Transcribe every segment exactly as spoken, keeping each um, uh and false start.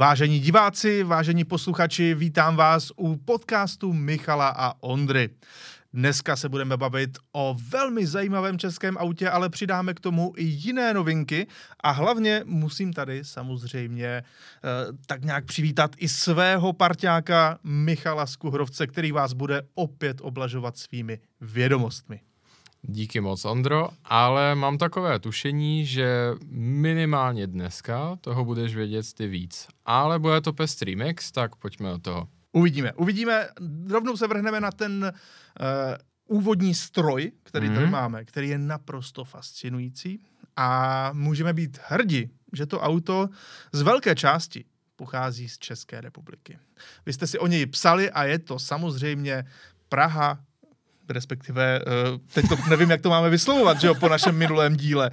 Vážení diváci, vážení posluchači, vítám vás u podcastu Michala a Ondry. Dneska se budeme bavit o velmi zajímavém českém autě, ale přidáme k tomu i jiné novinky a hlavně musím tady samozřejmě eh, tak nějak přivítat i svého parťáka Michala z Kuhrovce, který vás bude opět oblažovat svými vědomostmi. Díky moc, Ondro, ale mám takové tušení, že minimálně dneska toho budeš vědět ty víc. Ale bude to pestrý mix, tak pojďme do toho. Uvidíme, uvidíme, rovnou se vrhneme na ten uh, úvodní stroj, který mm-hmm. tady máme, který je naprosto fascinující a můžeme být hrdí, že to auto z velké části pochází z České republiky. Vy jste si o něj psali a je to samozřejmě Praha, respektive, teď to nevím, jak to máme vyslovovat, že jo, po našem minulém díle.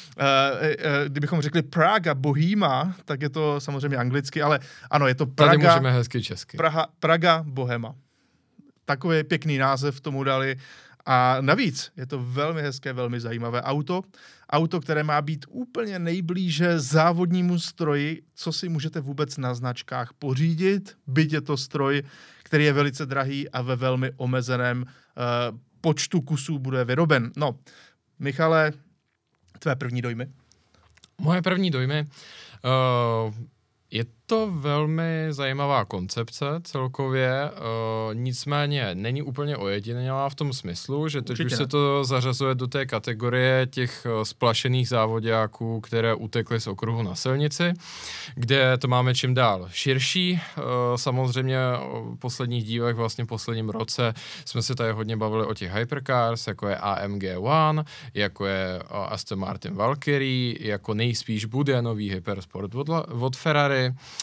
Kdybychom řekli Praga Bohema, tak je to samozřejmě anglicky, ale ano, je to Praga. Tady můžeme hezky česky. Praha, Praga Bohema. Takový pěkný název tomu dali. A navíc je to velmi hezké, velmi zajímavé auto. Auto, které má být úplně nejblíže závodnímu stroji, co si můžete vůbec na značkách pořídit. Byť je to stroj, který je velice drahý a ve velmi omezeném uh, počtu kusů bude vyroben. No, Michale, tvé první dojmy? Moje první dojmy? Uh, je to velmi zajímavá koncepce celkově, uh, nicméně není úplně ojedinělá v tom smyslu, že teď Určitě už ne. se to zařazuje do té kategorie těch uh, splašených závodáků, které utekly z okruhu na silnici, kde to máme čím dál širší. Uh, samozřejmě v posledních dílech, vlastně v posledním roce jsme se tady hodně bavili o těch hypercars, jako je A M G jedna, jako je uh, Aston Martin Valkyrie, jako nejspíš bude nový hypersport od, od Ferrari.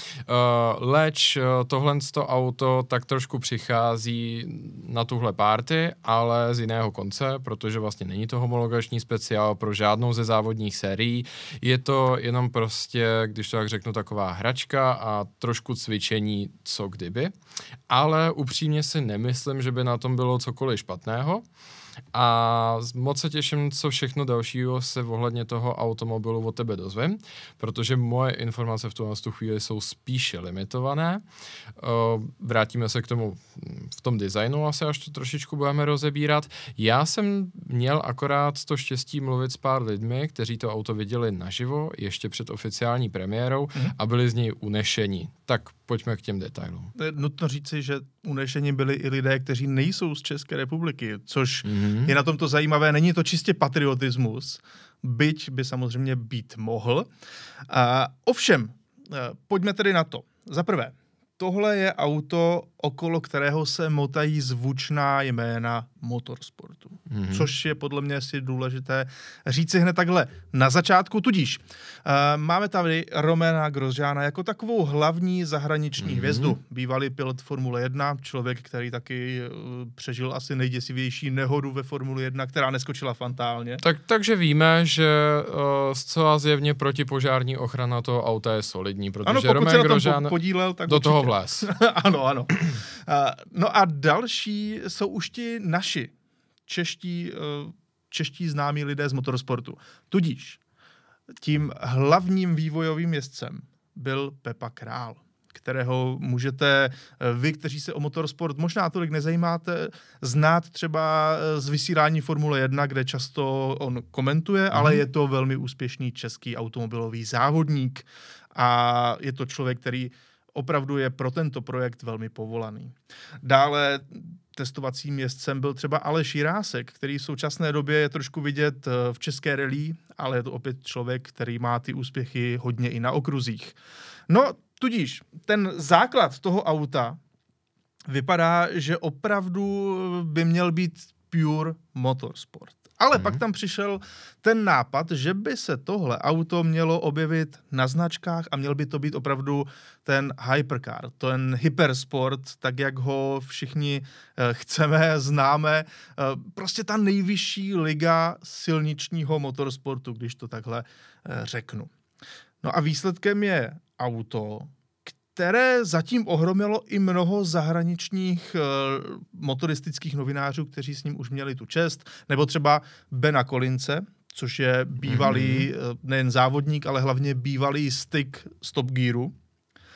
Uh, leč uh, tohle auto tak trošku přichází na tuhle party, ale z jiného konce, protože vlastně není to homologační speciál pro žádnou ze závodních sérií. Je to jenom prostě, když to tak řeknu, taková hračka a trošku cvičení, co kdyby. Ale upřímně si nemyslím, že by na tom bylo cokoliv špatného. A moc se těším, co všechno dalšího se ohledně toho automobilu od tebe dozvím, protože moje informace v tuhle chvíli jsou spíše limitované. Vrátíme se k tomu v tom designu asi, až to trošičku budeme rozebírat. Já jsem měl akorát to štěstí mluvit s pár lidmi, kteří to auto viděli naživo ještě před oficiální premiérou mm. a byli z něj unešení. Tak pojďme k těm detailům. Nutno říci, že unešení byli i lidé, kteří nejsou z České republiky, což mm-hmm. je na tomto zajímavé. Není to čistě patriotismus, byť by samozřejmě být mohl. Uh, ovšem, uh, pojďme tedy na to. Za prvé, tohle je auto, okolo kterého se motají zvučná jména motorsportu. Mm-hmm. Což je podle mě si důležité říci hned takhle na začátku. Tudíž uh, máme tady Romana Grosjeana jako takovou hlavní zahraniční mm-hmm. hvězdu. Bývalý pilot Formule jedna, člověk, který taky uh, přežil asi nejděsivější nehodu ve Formule jedna, která neskočila fatálně. Tak, takže víme, že uh, zcela zjevně protipožární ochrana toho auta je solidní, protože ano, pokud Roman se na Grosjean tom podílel, tak do určitě. toho vlez. Ano, ano. Uh, no a další jsou už ti naši čeští, uh, čeští známí lidé z motorsportu. Tudíž tím hlavním vývojovým jezdcem byl Pepa Král, kterého můžete vy, kteří se o motorsport možná tolik nezajímáte, znát třeba z vysílání Formule jedna, kde často on komentuje, mm. ale je to velmi úspěšný český automobilový závodník a je to člověk, který opravdu je pro tento projekt velmi povolaný. Dále testovacím jezdcem byl třeba Aleš Jirásek, který v současné době je trošku vidět v české rally, ale je to opět člověk, který má ty úspěchy hodně i na okruzích. No, tudíž ten základ toho auta vypadá, že opravdu by měl být pure motorsport. Ale mm. pak tam přišel ten nápad, že by se tohle auto mělo objevit na značkách a měl by to být opravdu ten hypercar, ten hypersport, tak jak ho všichni eh, chceme, známe. Eh, prostě ta nejvyšší liga silničního motorsportu, když to takhle eh, řeknu. No a výsledkem je auto, které zatím ohromilo i mnoho zahraničních uh, motoristických novinářů, kteří s ním už měli tu čest, nebo třeba Bena Collinse, což je bývalý mm-hmm. uh, nejen závodník, ale hlavně bývalý styk z Top Gearu.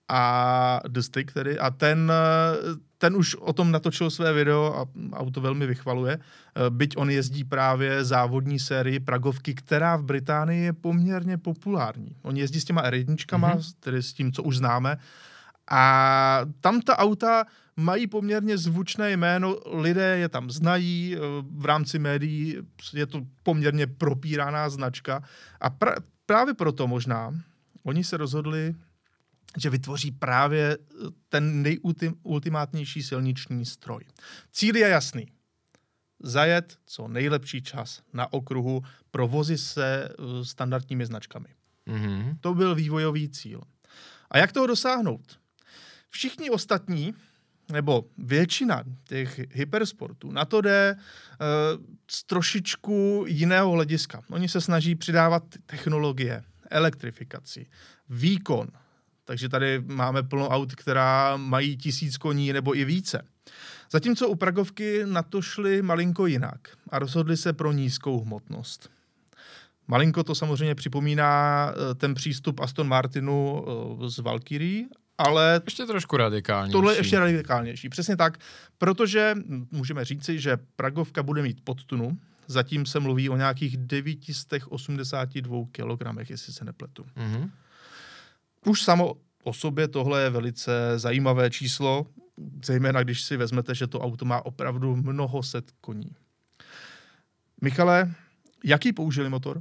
a The Stick tedy, a ten, ten už o tom natočil své video a auto velmi vychvaluje, byť on jezdí právě závodní sérii Pragovky, která v Británii je poměrně populární. On jezdí s těma R jedna, mm-hmm. tedy s tím, co už známe, a tam ta auta mají poměrně zvučné jméno, lidé je tam znají, v rámci médií je to poměrně propíraná značka a pra- právě proto možná oni se rozhodli, že vytvoří právě ten nejultimátnější silniční stroj. Cíl je jasný. Zajet co nejlepší čas na okruhu pro vozy se standardními značkami. Mm-hmm. To byl vývojový cíl. A jak toho dosáhnout? Všichni ostatní, nebo většina těch hypersportů, na to jde uh, z trošičku jiného hlediska. Oni se snaží přidávat technologie, elektrifikaci, výkon. Takže tady máme plno aut, která mají tisíc koní nebo i více. Zatímco u Pragovky na to šli malinko jinak a rozhodli se pro nízkou hmotnost. Malinko to samozřejmě připomíná ten přístup Aston Martinu z Valkyrie, ale ještě trošku radikálnější. Tohle je ještě radikálnější, přesně tak, protože můžeme říci, že Pragovka bude mít podtunu, zatím se mluví o nějakých devět set osmdesát dva kilogramech, jestli se nepletu. Mm-hmm. Už samo o sobě tohle je velice zajímavé číslo, zejména když si vezmete, že to auto má opravdu mnoho set koní. Michale, jaký použili motor?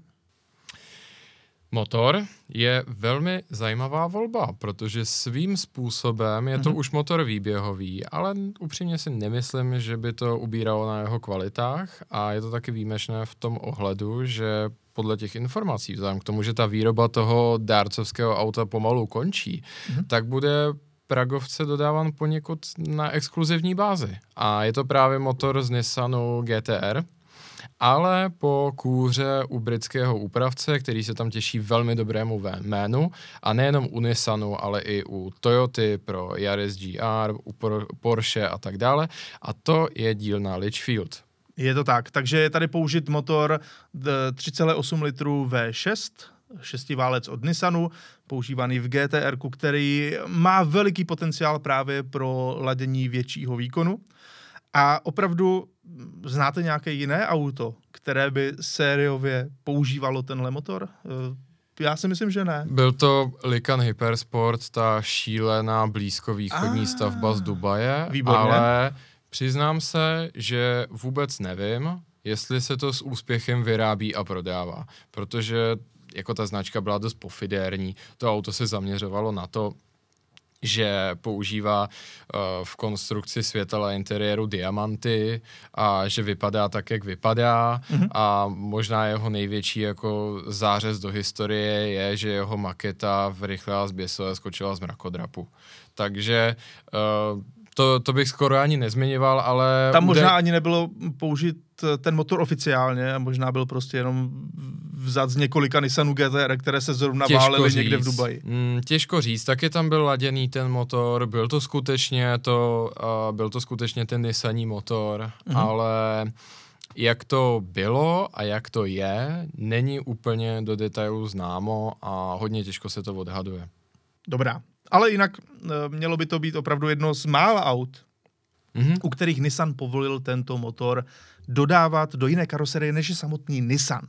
Motor je velmi zajímavá volba, protože svým způsobem je to mm-hmm. už motor výběhový, ale upřímně si nemyslím, že by to ubíralo na jeho kvalitách a je to taky výjimečné v tom ohledu, že podle těch informací, vzhledem k tomu, že ta výroba toho dárcovského auta pomalu končí, mm-hmm. tak bude Pragovce dodáván poněkud na exkluzivní bázi. A je to právě motor z Nissanu G T R, ale po kůře u britského úpravce, který se tam těší velmi dobrému jménu, a nejenom u Nissanu, ale i u Toyoty pro Yaris G R, u Porsche a tak dále. A to je dílna Litchfield. Je to tak, takže je tady použit motor tři celá osm litru V šest, šestiválec od Nissanu, používaný v G T R, který má veliký potenciál právě pro ladění většího výkonu. A opravdu znáte nějaké jiné auto, které by sériově používalo tenhle motor? Já si myslím, že ne. Byl to Lykan Hypersport, ta šílená blízkovýchodní ah, stavba z Dubaje, výborně. Ale přiznám se, že vůbec nevím, jestli se to s úspěchem vyrábí a prodává, protože jako ta značka byla dost pofidérní, to auto se zaměřovalo na to, že používá uh, v konstrukci světel a interiéru diamanty a že vypadá tak, jak vypadá mm-hmm. a možná jeho největší jako zářez do historie je, že jeho maketa v Rychle a zběsile skočila z mrakodrapu. Takže uh, to, to bych skoro ani nezmiňoval, ale... Tam možná údaj... ani nebylo použít ten motor oficiálně a možná byl prostě jenom vzat z několika Nissanů G T R, které se zrovna válely někde v Dubaji. Mm, těžko říct, taky tam byl laděný ten motor, byl to skutečně to, uh, byl to skutečně ten Nissaní motor, mm-hmm. ale jak to bylo a jak to je, není úplně do detailu známo a hodně těžko se to odhaduje. Dobrá, ale jinak mělo by to být opravdu jedno z mála aut, mm-hmm. u kterých Nissan povolil tento motor dodávat do jiné karoserie, než je samotný Nissan.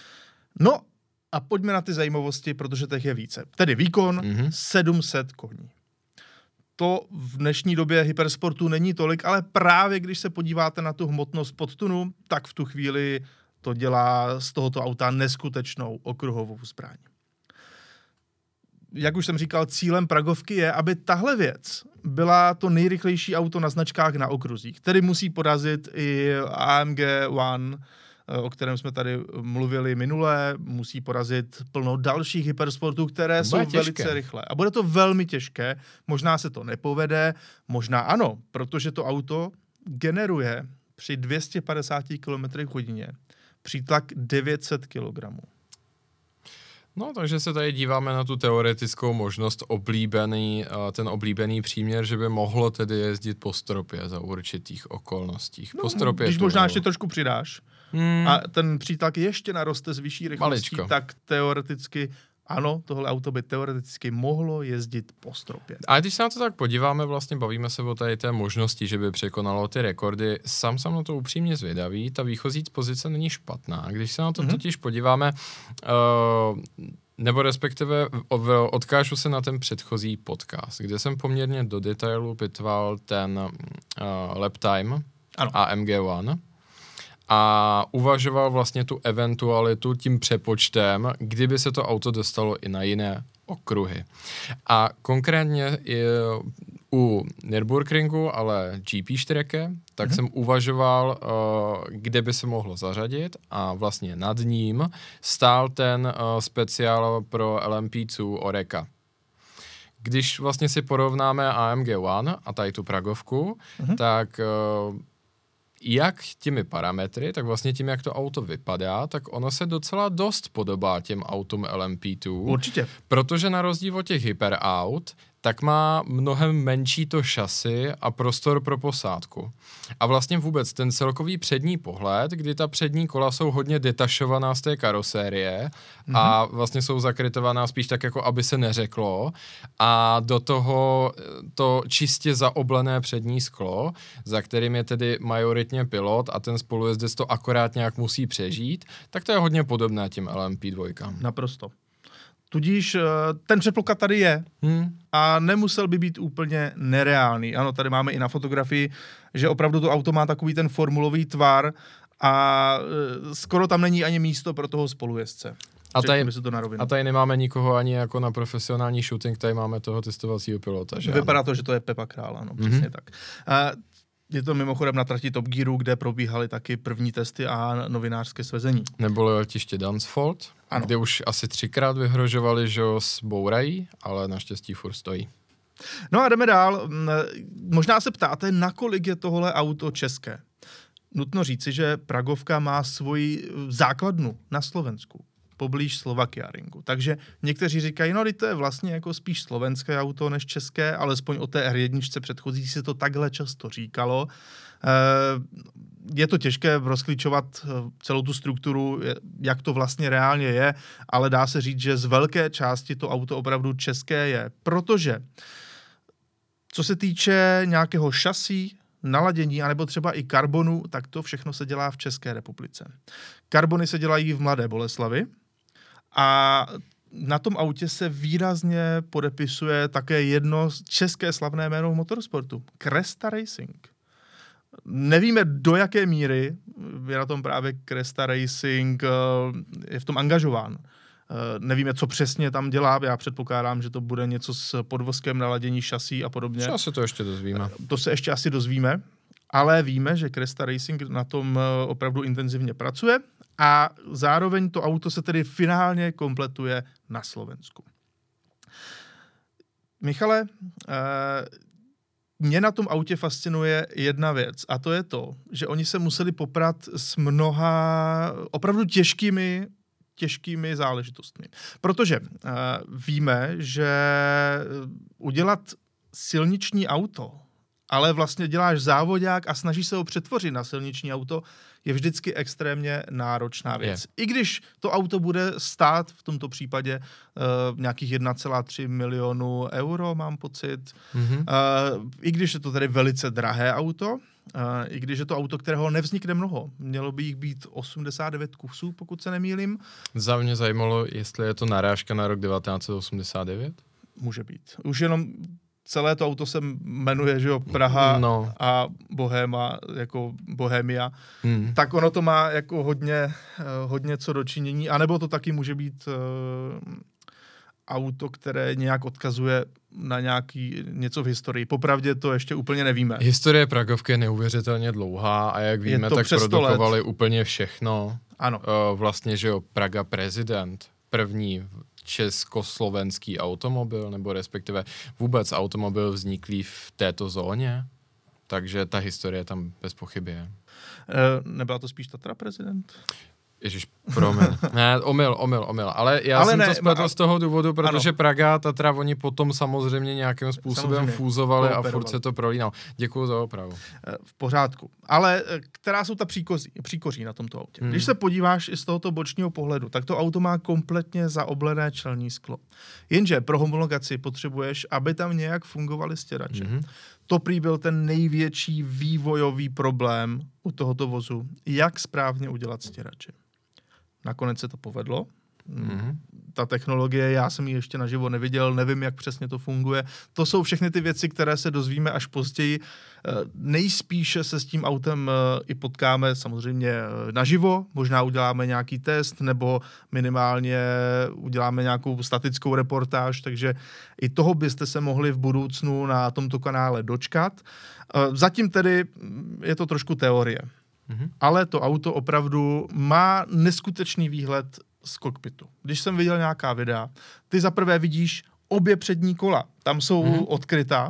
No a pojďme na ty zajímavosti, protože těch je více. Tedy výkon mm-hmm. sedm set koní. To v dnešní době hypersportu není tolik, ale právě když se podíváte na tu hmotnost podtunu, tak v tu chvíli to dělá z tohoto auta neskutečnou okruhovou zbraň. Jak už jsem říkal, cílem Pragovky je, aby tahle věc byla to nejrychlejší auto na značkách na okruzích. Tedy musí porazit i A M G One, o kterém jsme tady mluvili minule, musí porazit plno dalších hypersportů, které jsou těžké. Velice rychlé. A bude to velmi těžké, možná se to nepovede, možná ano, protože to auto generuje při dvě stě padesát kilometrů hodině přítlak devět set kilogramů. No, takže se tady díváme na tu teoretickou možnost oblíbený, ten oblíbený příměr, že by mohlo tedy jezdit po stropě za určitých okolností. No, po stropě když možná ještě trošku přidáš hmm. a ten přítlak ještě naroste z vyšší rychlostí, tak teoreticky ano, tohle auto by teoreticky mohlo jezdit po stropě. A když se na to tak podíváme, vlastně bavíme se o tady té možnosti, že by překonalo ty rekordy. Sám jsem na to upřímně zvědavý, ta výchozí pozice není špatná. Když se na to mm-hmm. totiž podíváme, uh, nebo respektive odkážu se na ten předchozí podcast, kde jsem poměrně do detailu pitval ten uh, lap time ano. A M G jedna a uvažoval vlastně tu eventualitu tím přepočtem, kdyby se to auto dostalo i na jiné okruhy. A konkrétně u Nürburgringu, ale G P čtyři, tak mm-hmm. jsem uvažoval, uh, kde by se mohlo zařadit a vlastně nad ním stál ten uh, speciál pro L M P dva Oreca. Když vlastně si porovnáme A M G jedna a tady tu Pragovku, mm-hmm. tak uh, jak těmi parametry, tak vlastně tím, jak to auto vypadá, tak ono se docela dost podobá těm autům L M P dva. Určitě. Protože na rozdíl od těch hyperaut, tak má mnohem menší to šasy a prostor pro posádku. A vlastně vůbec ten celkový přední pohled, kdy ta přední kola jsou hodně detašovaná z té karosérie mm-hmm. a vlastně jsou zakrytovaná spíš tak, jako aby se neřeklo. A do toho to čistě zaoblené přední sklo, za kterým je tedy majoritně pilot a ten spolujezdec to akorát nějak musí přežít, tak to je hodně podobné těm L M P dva. Naprosto. Tudíž ten předpoklad tady je hmm. a nemusel by být úplně nereálný. Ano, tady máme i na fotografii, že opravdu to auto má takový ten formulový tvar a skoro tam není ani místo pro toho spolujezdce. A tady, a tady nemáme nikoho ani jako na profesionální shooting, tady máme toho testovacího pilota. Že Vypadá ano? to, že to je Pepa Král, ano, mm-hmm. přesně tak. A je to mimochodem na trati Top Gearu, kde probíhaly taky první testy a novinářské svezení. Nebo letiště Dunsfold, ano. Kde už asi třikrát vyhrožovali, že ho zbourají, ale naštěstí furt stojí. No a jdeme dál. Možná se ptáte, nakolik je tohle auto české. Nutno říci, že Pragovka má svoji základnu na Slovensku, poblíž Slovakia Ringu. Takže někteří říkají, no to je vlastně jako spíš slovenské auto než české, alespoň o té R jedna předchozí se to takhle často říkalo. Je to těžké rozklíčovat celou tu strukturu, jak to vlastně reálně je, ale dá se říct, že z velké části to auto opravdu české je, protože co se týče nějakého šasí, naladění, anebo třeba i karbonu, tak to všechno se dělá v České republice. Karbony se dělají v Mladé Boleslavi a na tom autě se výrazně podepisuje také jedno české slavné jméno v motorsportu. Cresta Racing. Nevíme, do jaké míry je na tom právě Cresta Racing je v tom angažován. Nevíme, co přesně tam dělá, já předpokládám, že to bude něco s podvozkem, naladění šasí a podobně. Co se to ještě dozvíme? To se ještě asi dozvíme, ale víme, že Cresta Racing na tom opravdu intenzivně pracuje a zároveň to auto se tedy finálně kompletuje na Slovensku. Michale, mě na tom autě fascinuje jedna věc a to je to, že oni se museli poprat s mnoha opravdu těžkými těžkými záležitostmi. Protože uh, víme, že udělat silniční auto, ale vlastně děláš závodák a snažíš se ho přetvořit na silniční auto, je vždycky extrémně náročná věc. Je. I když to auto bude stát v tomto případě uh, nějakých jedna celá tři milionu euro, mám pocit. Mm-hmm. Uh, I když je to tedy velice drahé auto, Uh, i když je to auto, kterého nevznikne mnoho. Mělo by jich být osmdesát devět kusů, pokud se nemýlím. Za mě zajímalo, jestli je to narážka na rok devatenáct set osmdesát devět? Může být. Už jenom celé to auto se jmenuje, že jo, Praha no. a Bohéma, jako Bohemia. Hmm. Tak ono to má jako hodně, uh, hodně co dočinění. A nebo to taky může být uh, auto, které nějak odkazuje na nějaký něco v historii. Popravdě to ještě úplně nevíme. Historie Pragovky je neuvěřitelně dlouhá a jak víme, tak produkovali úplně všechno. Ano. Uh, vlastně, že jo, Praga prezident, první československý automobil, nebo respektive vůbec automobil vzniklý v této zóně. Takže ta historie tam bez pochyby je. Uh, nebyla to spíš Tatra prezident? Ježiš, promiň. Ne, omyl, omyl, omyl. Ale já ale jsem ne, to spletl ma... z toho důvodu, protože ano. Praga a Tatra, oni potom samozřejmě nějakým způsobem samozřejmě. fúzovali a furt se to prolínalo. Děkuju za opravu. V pořádku. Ale která jsou ta příkoří, příkoří na tomto autě? Hmm. Když se podíváš i z tohoto bočního pohledu, tak to auto má kompletně zaoblené čelní sklo. Jenže pro homologaci potřebuješ, aby tam nějak fungovaly stěrače. Hmm. To prý byl ten největší vývojový problém u tohoto vozu. Jak správně udělat stěrače? Nakonec se to povedlo. Mm-hmm. Ta technologie, já jsem ji ještě naživo neviděl, nevím, jak přesně to funguje. To jsou všechny ty věci, které se dozvíme až později. Nejspíše se s tím autem i potkáme samozřejmě naživo, možná uděláme nějaký test, nebo minimálně uděláme nějakou statickou reportáž, takže i toho byste se mohli v budoucnu na tomto kanále dočkat. Zatím tedy je to trošku teorie. Mm-hmm. Ale to auto opravdu má neskutečný výhled z kokpitu. Když jsem viděl nějaká videa, ty zaprvé vidíš obě přední kola. Tam jsou mm-hmm. odkrytá.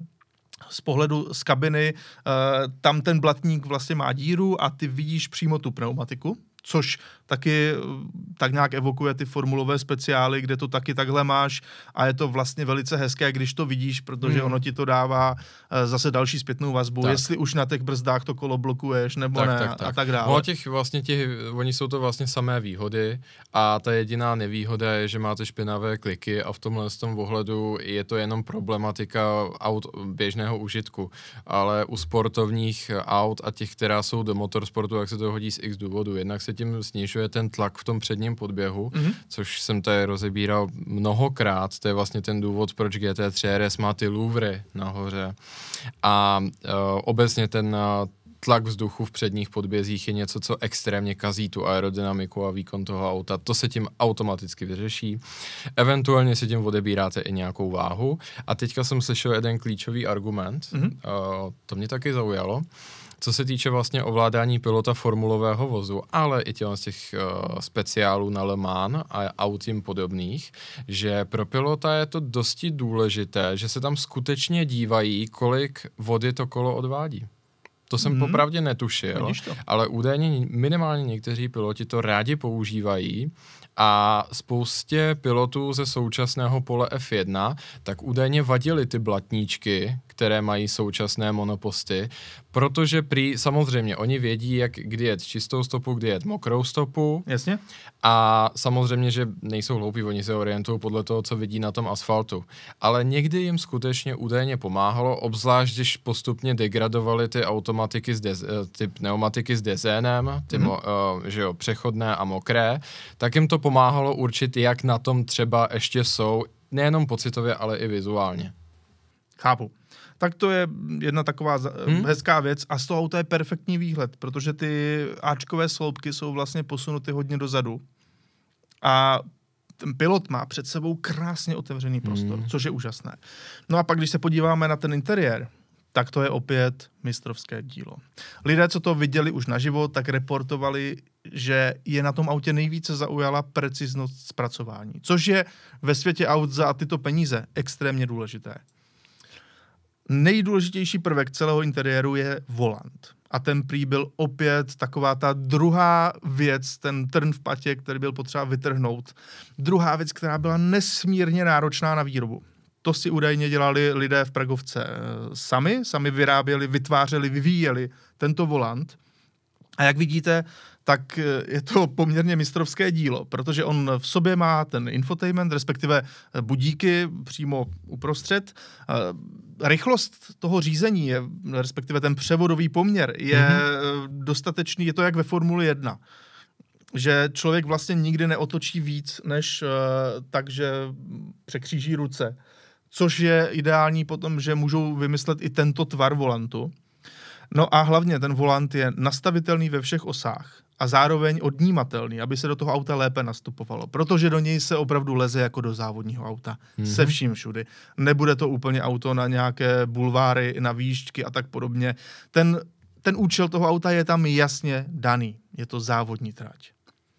Z pohledu z kabiny uh, tam ten blatník vlastně má díru a ty vidíš přímo tu pneumatiku, což taky tak nějak evokuje ty formulové speciály, kde to taky takhle máš a je to vlastně velice hezké, když to vidíš, protože hmm. ono ti to dává zase další zpětnou vazbu, tak. Jestli už na těch brzdách to kolo blokuješ, nebo tak, ne tak, tak. a tak dále. No, těch, vlastně těch, oni jsou to vlastně samé výhody a ta jediná nevýhoda je, že máte špinavé kliky a v tomhle z tom ohledu je to jenom problematika aut běžného užitku, ale u sportovních aut a těch, která jsou do motorsportu, jak se to hodí z x důvodů, jednak se tím snižuje ten tlak v tom předním podběhu, mm-hmm. což jsem tady rozebíral mnohokrát, to je vlastně ten důvod, proč G T tři R S má ty louvry nahoře. A uh, obecně ten uh, tlak vzduchu v předních podbězích je něco, co extrémně kazí tu aerodynamiku a výkon toho auta. To se tím automaticky vyřeší. Eventuálně si tím odebíráte i nějakou váhu. A teďka jsem slyšel jeden klíčový argument, mm-hmm. uh, to mě taky zaujalo, co se týče vlastně ovládání pilota formulového vozu, ale i těch, těch uh, speciálů na Le Mans a aut jim podobných, že pro pilota je to dosti důležité, že se tam skutečně dívají, kolik vody to kolo odvádí. To jsem mm. popravdě netušil, ale údajně minimálně někteří piloti to rádi používají a spoustě pilotů ze současného pole F jedna tak údajně vadily ty blatníčky, které mají současné monoposty, protože prý, samozřejmě, oni vědí, jak kdy jet čistou stopu, kdy jet mokrou stopu. Jasně. A samozřejmě, že nejsou hloupí, oni se orientují podle toho, co vidí na tom asfaltu. Ale někdy jim skutečně údajně pomáhalo, obzvlášť když postupně degradovaly ty automatiky, s dez, ty pneumatiky s dezénem, ty mm-hmm. mo, uh, že jo, přechodné a mokré, tak jim to pomáhalo určit, jak na tom třeba ještě jsou, nejenom pocitově, ale i vizuálně. Chápu. Tak to je jedna taková hmm? hezká věc a z toho auta je perfektní výhled, protože ty áčkové sloupky jsou vlastně posunuty hodně dozadu a ten pilot má před sebou krásně otevřený prostor, hmm. což je úžasné. No a pak, když se podíváme na ten interiér, tak to je opět mistrovské dílo. Lidé, co to viděli už naživo, tak reportovali, že je na tom autě nejvíce zaujala preciznost zpracování, což je ve světě aut za tyto peníze extrémně důležité. Nejdůležitější prvek celého interiéru je volant. A ten prý byl opět taková ta druhá věc, ten trn v patě, který byl potřeba vytrhnout. Druhá věc, která byla nesmírně náročná na výrobu. To si údajně dělali lidé v Pragovce sami, sami vyráběli, vytvářeli, vyvíjeli tento volant. A jak vidíte, tak je to poměrně mistrovské dílo, protože on v sobě má ten infotainment, respektive budíky přímo uprostřed. Rychlost toho řízení, je, respektive ten převodový poměr, je mm-hmm. dostatečný, je to jak ve Formuli jedna. Že člověk vlastně nikdy neotočí víc, než uh, tak, že překříží ruce. Což je ideální potom, že můžou vymyslet i tento tvar volantu. No a hlavně ten volant je nastavitelný ve všech osách a zároveň odnímatelný, aby se do toho auta lépe nastupovalo, protože do něj se opravdu leze jako do závodního auta. Mm-hmm. Se vším všudy. Nebude to úplně auto na nějaké bulváry, na výšťky a tak podobně. Ten, ten účel toho auta je tam jasně daný. Je to závodní trať.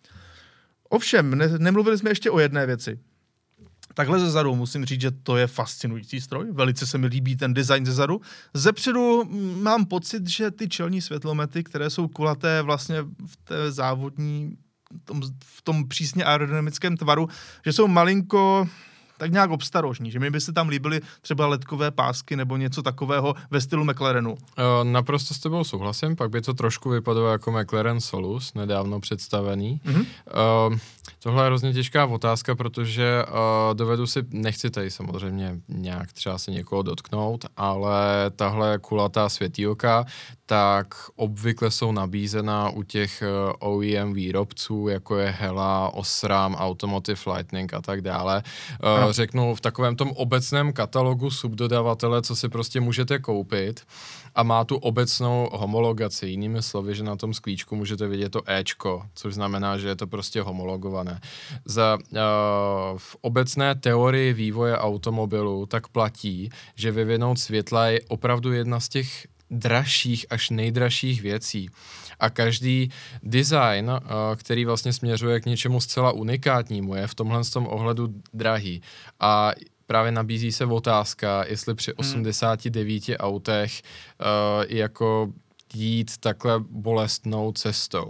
Ovšem, ne, nemluvili jsme ještě o jedné věci. Takhle zezadu musím říct, že to je fascinující stroj. Velice se mi líbí ten design zezadu. Zepředu mám pocit, že ty čelní světlomety, které jsou kulaté vlastně v té závodní tom, v tom přísně aerodynamickém tvaru, že jsou malinko tak nějak obstarožní, že mi by se tam líbily třeba ledkové pásky nebo něco takového ve stylu McLarenu. Uh, naprosto s tebou souhlasím, pak by to trošku vypadalo jako McLaren Solus, nedávno představený. Mm-hmm. Uh, tohle je hrozně těžká otázka, protože uh, dovedu si, nechci tady samozřejmě nějak třeba se někoho dotknout, ale tahle kulatá světýlka, tak obvykle jsou nabízená u těch uh, O E M výrobců, jako je Hella, Osram, Automotive Lightning a tak dále. Uh, řeknu v takovém tom obecném katalogu subdodavatele, co si prostě můžete koupit a má tu obecnou homologaci. Jinými slovy, že na tom sklíčku můžete vidět to Ečko, což znamená, že je to prostě homologované. Za, uh, v obecné teorii vývoje automobilu tak platí, že vyvinout světla je opravdu jedna z těch dražších až nejdražších věcí. A každý design, který vlastně směřuje k něčemu zcela unikátnímu, je v tomhle tom ohledu drahý. A právě nabízí se otázka, jestli při osmdesáti devíti autech uh, jako jít takhle bolestnou cestou.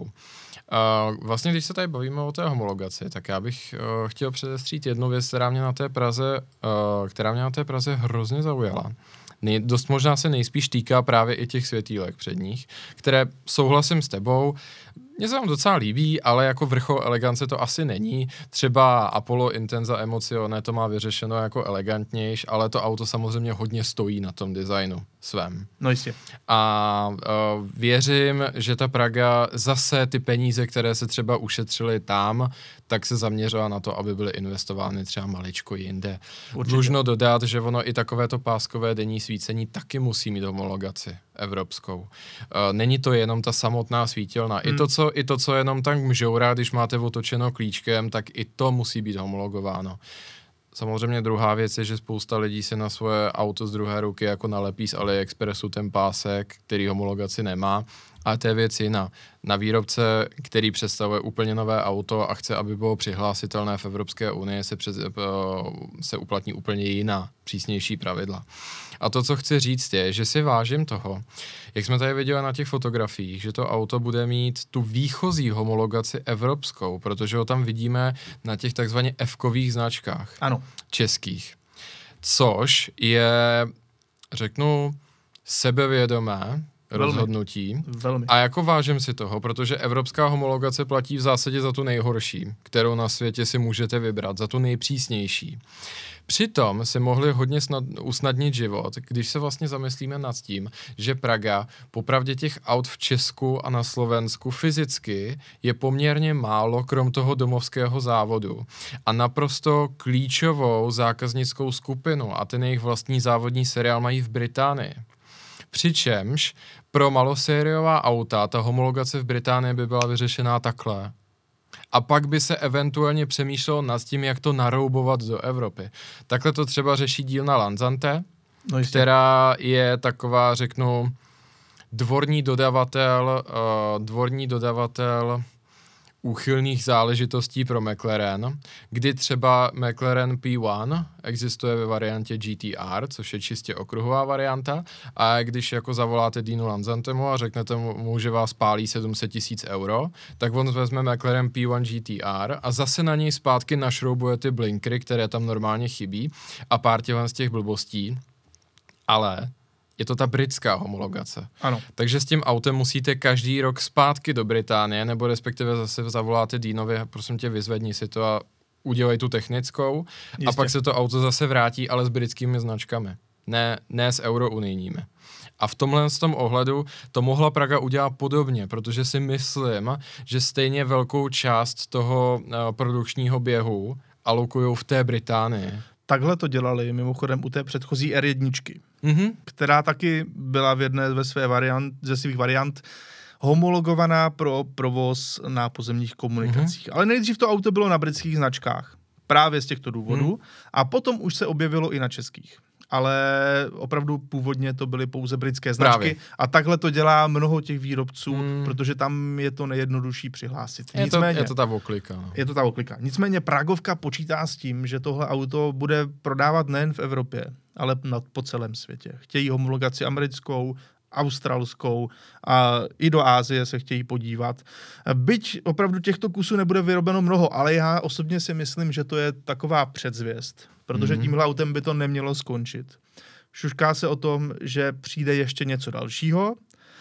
Uh, vlastně, když se tady bavíme o té homologaci, tak já bych uh, chtěl předestřít jednu věc, která mě na té Praze, uh, která mě na té Praze hrozně zaujala. Nej, dost možná se nejspíš týká právě i těch světýlek předních, které, souhlasím s tebou, mně se vám docela líbí, ale jako vrchol elegance to asi není. Třeba Apollo Intenza Emozione to má vyřešeno jako elegantnější, ale to auto samozřejmě hodně stojí na tom designu svém. No jistě. A uh, věřím, že ta Praga zase ty peníze, které se třeba ušetřily tam, tak se zaměřila na to, aby byly investovány třeba maličko jinde. Určitě. Dlužno dodat, že ono i takovéto páskové denní svícení taky musí mít homologaci evropskou. Uh, není to jenom ta samotná svítilna. Hmm. I to, co, i to, co jenom tak mžourá, když máte otočeno klíčkem, tak i to musí být homologováno. Samozřejmě druhá věc je, že spousta lidí si na svoje auto z druhé ruky jako nalepí z AliExpressu ten pásek, který homologaci nemá. A to je věc jiná. Na výrobce, který představuje úplně nové auto a chce, aby bylo přihlásitelné v Evropské unii, se, před, se uplatní úplně jiná, přísnější pravidla. A to, co chci říct, je, že si vážím toho, jak jsme tady viděli na těch fotografiích, že to auto bude mít tu výchozí homologaci evropskou, protože ho tam vidíme na těch takzvaně F-kových značkách. Ano. Českých. Což je, řeknu, sebevědomé rozhodnutí. Velmi. A jako vážím si toho, protože evropská homologace platí v zásadě za tu nejhorší, kterou na světě si můžete vybrat, za tu nejpřísnější. Přitom si mohli hodně snad, usnadnit život, když se vlastně zamyslíme nad tím, že Praga, popravdě těch aut v Česku a na Slovensku fyzicky je poměrně málo, krom toho domovského závodu. A naprosto klíčovou zákaznickou skupinu a ten jejich vlastní závodní seriál mají v Británii. Přičemž pro malosériová auta ta homologace v Británii by byla vyřešená takhle. A pak by se eventuálně přemýšlelo nad tím, jak to naroubovat do Evropy. Takhle to třeba řeší dílna Lanzante, no která je taková, řeknu, dvorní dodavatel, uh, dvorní dodavatel úchylných záležitostí pro McLaren, kdy třeba McLaren P jedna existuje ve variantě G T R, což je čistě okruhová varianta, a když jako zavoláte Dinu Lanzantemu a řeknete mu, že vás pálí sedm set tisíc euro, tak on vezme McLaren P jedna G T R a zase na něj zpátky našroubuje ty blinkry, které tam normálně chybí a pár těchhle z těch blbostí, ale je to ta britská homologace. Ano. Takže s tím autem musíte každý rok zpátky do Británie, nebo respektive zase zavoláte Dínovi, prosím tě, vyzvedni si to a udělej tu technickou. Jistě. A pak se to auto zase vrátí, ale s britskými značkami. Ne, ne s eurounijními. A v tomhle z tom ohledu to mohla Praga udělat podobně, protože si myslím, že stejně velkou část toho uh, produkčního běhu alokujou v té Británii. Takhle to dělali mimochodem u té předchozí R jedna, mm-hmm. která taky byla v jedné ve své variant, ze svých variant homologovaná pro provoz na pozemních komunikacích. Mm-hmm. Ale nejdřív to auto bylo na britských značkách, právě z těchto důvodů, mm. a potom už se objevilo i na českých. Ale opravdu původně to byly pouze britské značky. Právě. A takhle to dělá mnoho těch výrobců, mm. protože tam je to nejjednodušší přihlásit. Je, Nicméně, to, je to ta oklika. No. Je to ta oklika. Nicméně Pragovka počítá s tím, že tohle auto bude prodávat nejen v Evropě, ale na, po celém světě. Chtějí homologaci americkou australskou a i do Asie se chtějí podívat. Byť opravdu těchto kusů nebude vyrobeno mnoho, ale já osobně si myslím, že to je taková předzvěst, protože mm-hmm. tímhle autem by to nemělo skončit. Šušká se o tom, že přijde ještě něco dalšího.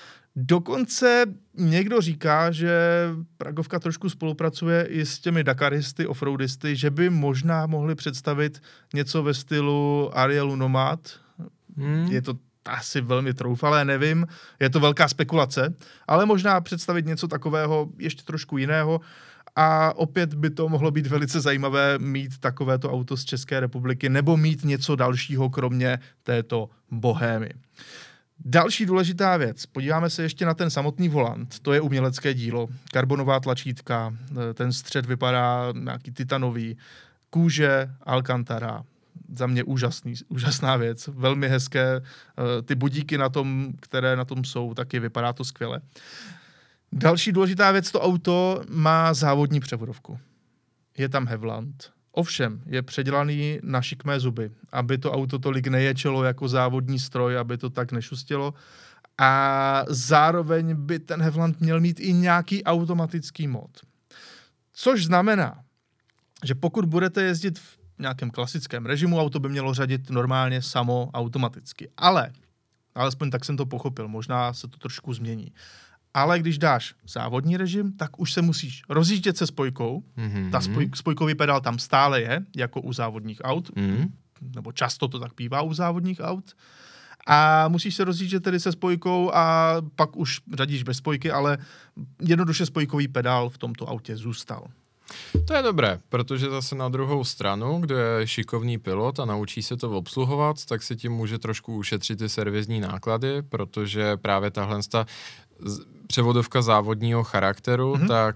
Dokonce někdo říká, že Pragovka trošku spolupracuje i s těmi Dakaristy, offroadisty, že by možná mohli představit něco ve stylu Arielu Nomad. Hmm. Je to asi velmi troufalé, nevím. Je to velká spekulace, ale možná představit něco takového ještě trošku jiného. A opět by to mohlo být velice zajímavé mít takovéto auto z České republiky nebo mít něco dalšího kromě této bohémy. Další důležitá věc. Podíváme se ještě na ten samotný volant. To je umělecké dílo. Karbonová tlačítka, ten střed vypadá nějaký titanový, kůže Alcantara. Za mě úžasný, úžasná věc. Velmi hezké. Ty budíky na tom, které na tom jsou, taky vypadá to skvěle. Další důležitá věc, to auto má závodní převodovku. Je tam Hevland. Ovšem, je předělaný na šikmé zuby, aby to auto tolik neječelo jako závodní stroj, aby to tak nešustělo. A zároveň by ten Hevland měl mít i nějaký automatický mod. Což znamená, že pokud budete jezdit v nějakém klasickém režimu, auto by mělo řadit normálně samo automaticky. Ale, alespoň tak jsem to pochopil, možná se to trošku změní. Ale když dáš závodní režim, tak už se musíš rozjíždět se spojkou. Mm-hmm. Ta spoj, spojkový pedál tam stále je, jako u závodních aut. Mm-hmm. Nebo často to tak bývá u závodních aut. A musíš se rozjíždět tedy se spojkou a pak už řadíš bez spojky, ale jednoduše spojkový pedál v tomto autě zůstal. To je dobré, protože zase na druhou stranu, kdo je šikovný pilot a naučí se to obsluhovat, tak si tím může trošku ušetřit ty servisní náklady, protože právě tahle převodovka závodního charakteru, mm-hmm. tak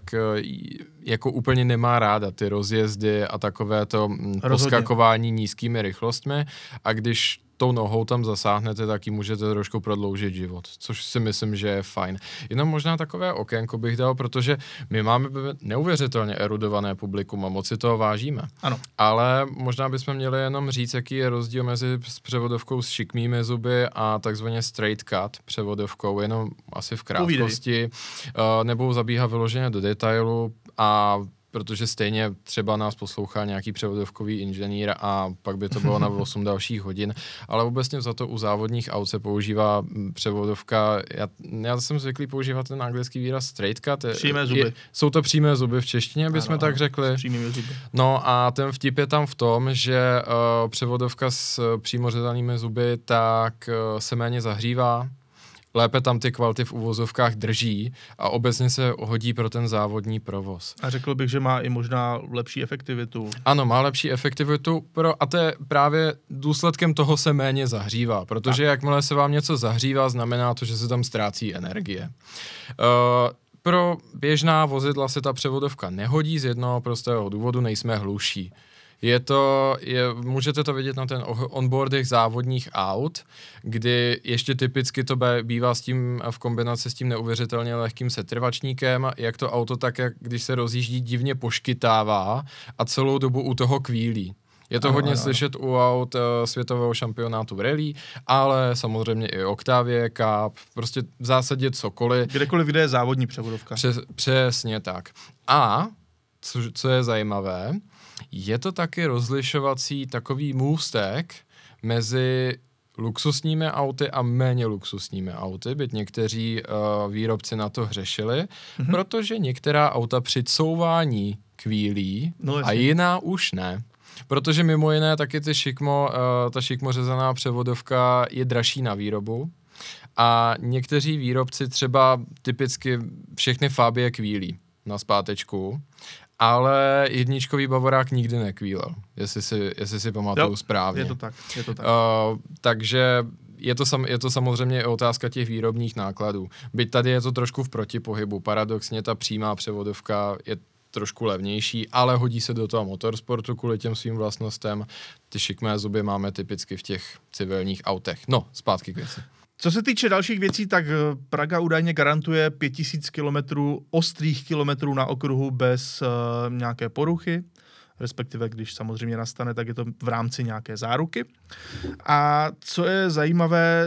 jako úplně nemá ráda ty rozjezdy a takové to poskakování nízkými rychlostmi a když tou nohou tam zasáhnete, tak ji můžete trošku prodloužit život, což si myslím, že je fajn. Jenom možná takové okénko bych dal, protože my máme neuvěřitelně erudované publikum a moc si toho vážíme. Ano. Ale možná bychom měli jenom říct, jaký je rozdíl mezi převodovkou s šikmými zuby a takzvaně straight cut převodovkou, jenom asi v krátkosti. Uh, nebo zabíhá vyloženě do detailu a protože stejně třeba nás poslouchá nějaký převodovkový inženýr a pak by to bylo na osm dalších hodin, ale obecně za to u závodních aut se používá převodovka, já, já jsem zvyklý používat ten anglický výraz straight cut. Přímé zuby. Je, jsou to přímé zuby v češtině, bychom ano, tak řekli. Přímými zuby. No a ten vtip je tam v tom, že uh, převodovka s přímo řezanými zuby tak uh, se méně zahřívá, lépe tam ty kvality v uvozovkách drží a obecně se hodí pro ten závodní provoz. A řekl bych, že má i možná lepší efektivitu. Ano, má lepší efektivitu pro, a to je právě důsledkem toho se méně zahřívá, protože tak. Jakmile se vám něco zahřívá, znamená to, že se tam ztrácí energie. Uh, pro běžná vozidla se ta převodovka nehodí z jednoho prostého důvodu, nejsme hluší. Je to, je, můžete to vidět na ten onboardech závodních aut, kdy ještě typicky to bývá s tím v kombinaci s tím neuvěřitelně lehkým setrvačníkem, jak to auto tak, jak když se rozjíždí, divně poškytává a celou dobu u toho kvílí. Je to ano, hodně ano. slyšet u aut uh, světového šampionátu v rally, ale samozřejmě i Octavie, Cup, prostě v zásadě cokoliv. Kdekoliv, kde je závodní převodovka. Přes, přesně tak. A co, co je zajímavé, je to taky rozlišovací takový můstek mezi luxusními auty a méně luxusními auty, byť někteří uh, výrobci na to hřešili, mm-hmm. protože některá auta při couvání kvílí no, a jiná už ne. Protože mimo jiné taky ty šikmo, uh, ta šikmo řezaná převodovka je dražší na výrobu a někteří výrobci třeba typicky všechny Fabie kvílí na zpátečku, ale jedničkový Bavorák nikdy nekvílel, jestli si, jestli si pamatuju jo, správně. Je to tak, je to tak. Uh, takže je to, sam, je to samozřejmě i otázka těch výrobních nákladů. Byť tady je to trošku v protipohybu. Paradoxně ta přímá převodovka je trošku levnější, ale hodí se do toho motorsportu kvůli těm svým vlastnostem. Ty šikmé zuby máme typicky v těch civilních autech. No, zpátky k věci. Co se týče dalších věcí, tak Praga údajně garantuje pět tisíc kilometrů ostrých kilometrů na okruhu bez uh, nějaké poruchy, respektive když samozřejmě nastane, tak je to v rámci nějaké záruky. A co je zajímavé,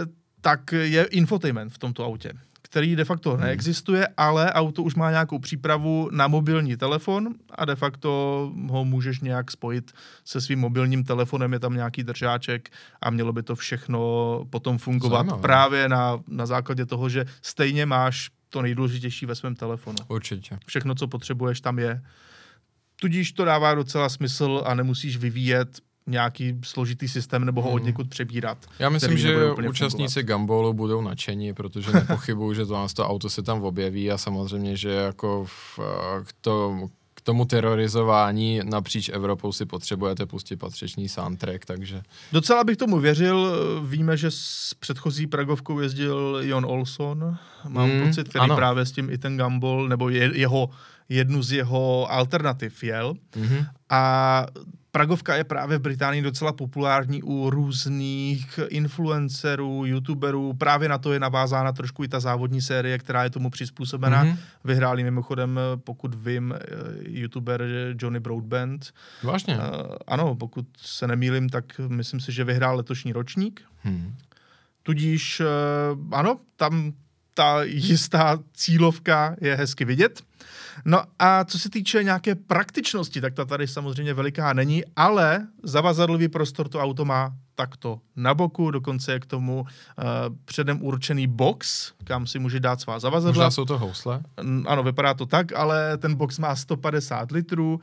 tak je infotainment v tomto autě, který de facto hmm. neexistuje, ale auto už má nějakou přípravu na mobilní telefon a de facto ho můžeš nějak spojit se svým mobilním telefonem, je tam nějaký držáček a mělo by to všechno potom fungovat Zajímavé. Právě na, na základě toho, že stejně máš to nejdůležitější ve svém telefonu. Určitě. Všechno, co potřebuješ, tam je. Tudíž to dává docela smysl a nemusíš vyvíjet nějaký složitý systém nebo ho od někud přebírat. Já myslím, že účastníci Gumballu budou nadšení, protože nepochybuju, že to, to auto se tam objeví a samozřejmě, že jako v, k, to, k tomu terorizování napříč Evropou si potřebujete pustit patřičný soundtrack, takže... Docela bych tomu věřil, víme, že s předchozí Pragovkou jezdil Jon Olsson, mám mm, pocit, který ano. právě s tím i ten Gumball, nebo je, jeho, jednu z jeho alternativ jel. Mm-hmm. A Pragovka je právě v Británii docela populární u různých influencerů, youtuberů. Právě na to je navázána trošku i ta závodní série, která je tomu přizpůsobená. Mm-hmm. Vyhráli mimochodem, pokud vím, youtuber Johnny Broadbent. Vážně? Uh, ano, pokud se nemýlim, tak myslím si, že vyhrál letošní ročník. Hmm. Tudíž, uh, ano, tam ta jistá cílovka je hezky vidět. No a co se týče nějaké praktičnosti, tak ta tady samozřejmě veliká není, ale zavazadlový prostor to auto má takto na boku, dokonce je k tomu uh, předem určený box, kam si může dát svá zavazadla. Možná jsou to housle? Ano, vypadá to tak, ale ten box má sto padesát litrů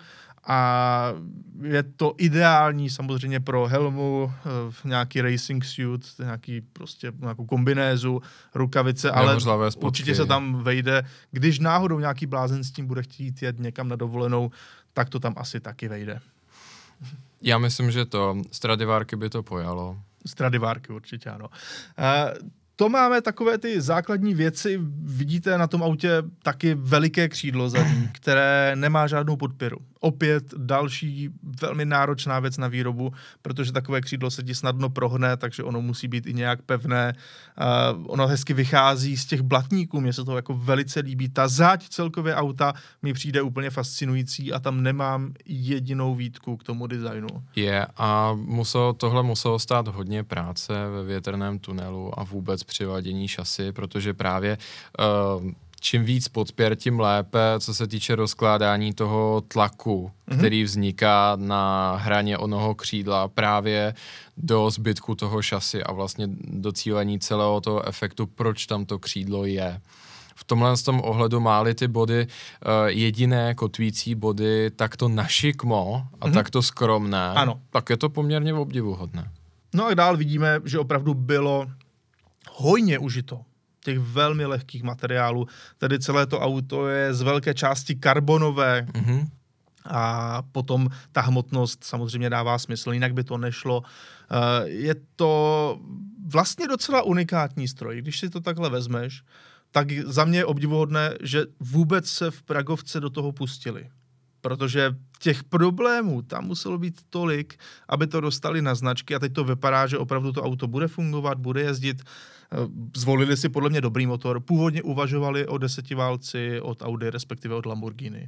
a je to ideální samozřejmě pro helmu, nějaký racing suit, nějaký prostě nějakou kombinézu, rukavice, ale určitě se tam vejde. Když náhodou nějaký blázen s tím bude chtít jet někam na dovolenou, tak to tam asi taky vejde. Já myslím, že to Stradivariky by to pojalo. Stradivariky určitě ano. Uh, To máme takové ty základní věci, vidíte na tom autě taky veliké křídlo zadní, které nemá žádnou podpěru. Opět další velmi náročná věc na výrobu, protože takové křídlo se ti snadno prohne, takže ono musí být i nějak pevné. Uh, ono hezky vychází z těch blatníků, mně se to jako velice líbí. Ta záď celkově auta mi přijde úplně fascinující a tam nemám jedinou výtku k tomu designu. Je a muselo, tohle muselo stát hodně práce ve větrném tunelu a vůbec přivadění šasy, protože právě uh, čím víc podpěr, tím lépe, co se týče rozkládání toho tlaku, mm-hmm. který vzniká na hraně onoho křídla právě do zbytku toho šasy a vlastně docílení celého toho efektu, proč tam to křídlo je. V tomhle z tom ohledu máli ty body uh, jediné kotvící body takto našikmo a mm-hmm. takto skromné, ano. tak je to poměrně obdivuhodné. No a dál vidíme, že opravdu bylo hojně užito těch velmi lehkých materiálů. Tedy celé to auto je z velké části karbonové mm-hmm. a potom ta hmotnost samozřejmě dává smysl, jinak by to nešlo. Je to vlastně docela unikátní stroj. Když si to takhle vezmeš, tak za mě je obdivuhodné, že vůbec se v Pragovce do toho pustili. Protože těch problémů tam muselo být tolik, aby to dostali na značky a teď to vypadá, že opravdu to auto bude fungovat, bude jezdit. Zvolili si podle mě dobrý motor. Původně uvažovali o desetiválci od Audi, respektive od Lamborghini.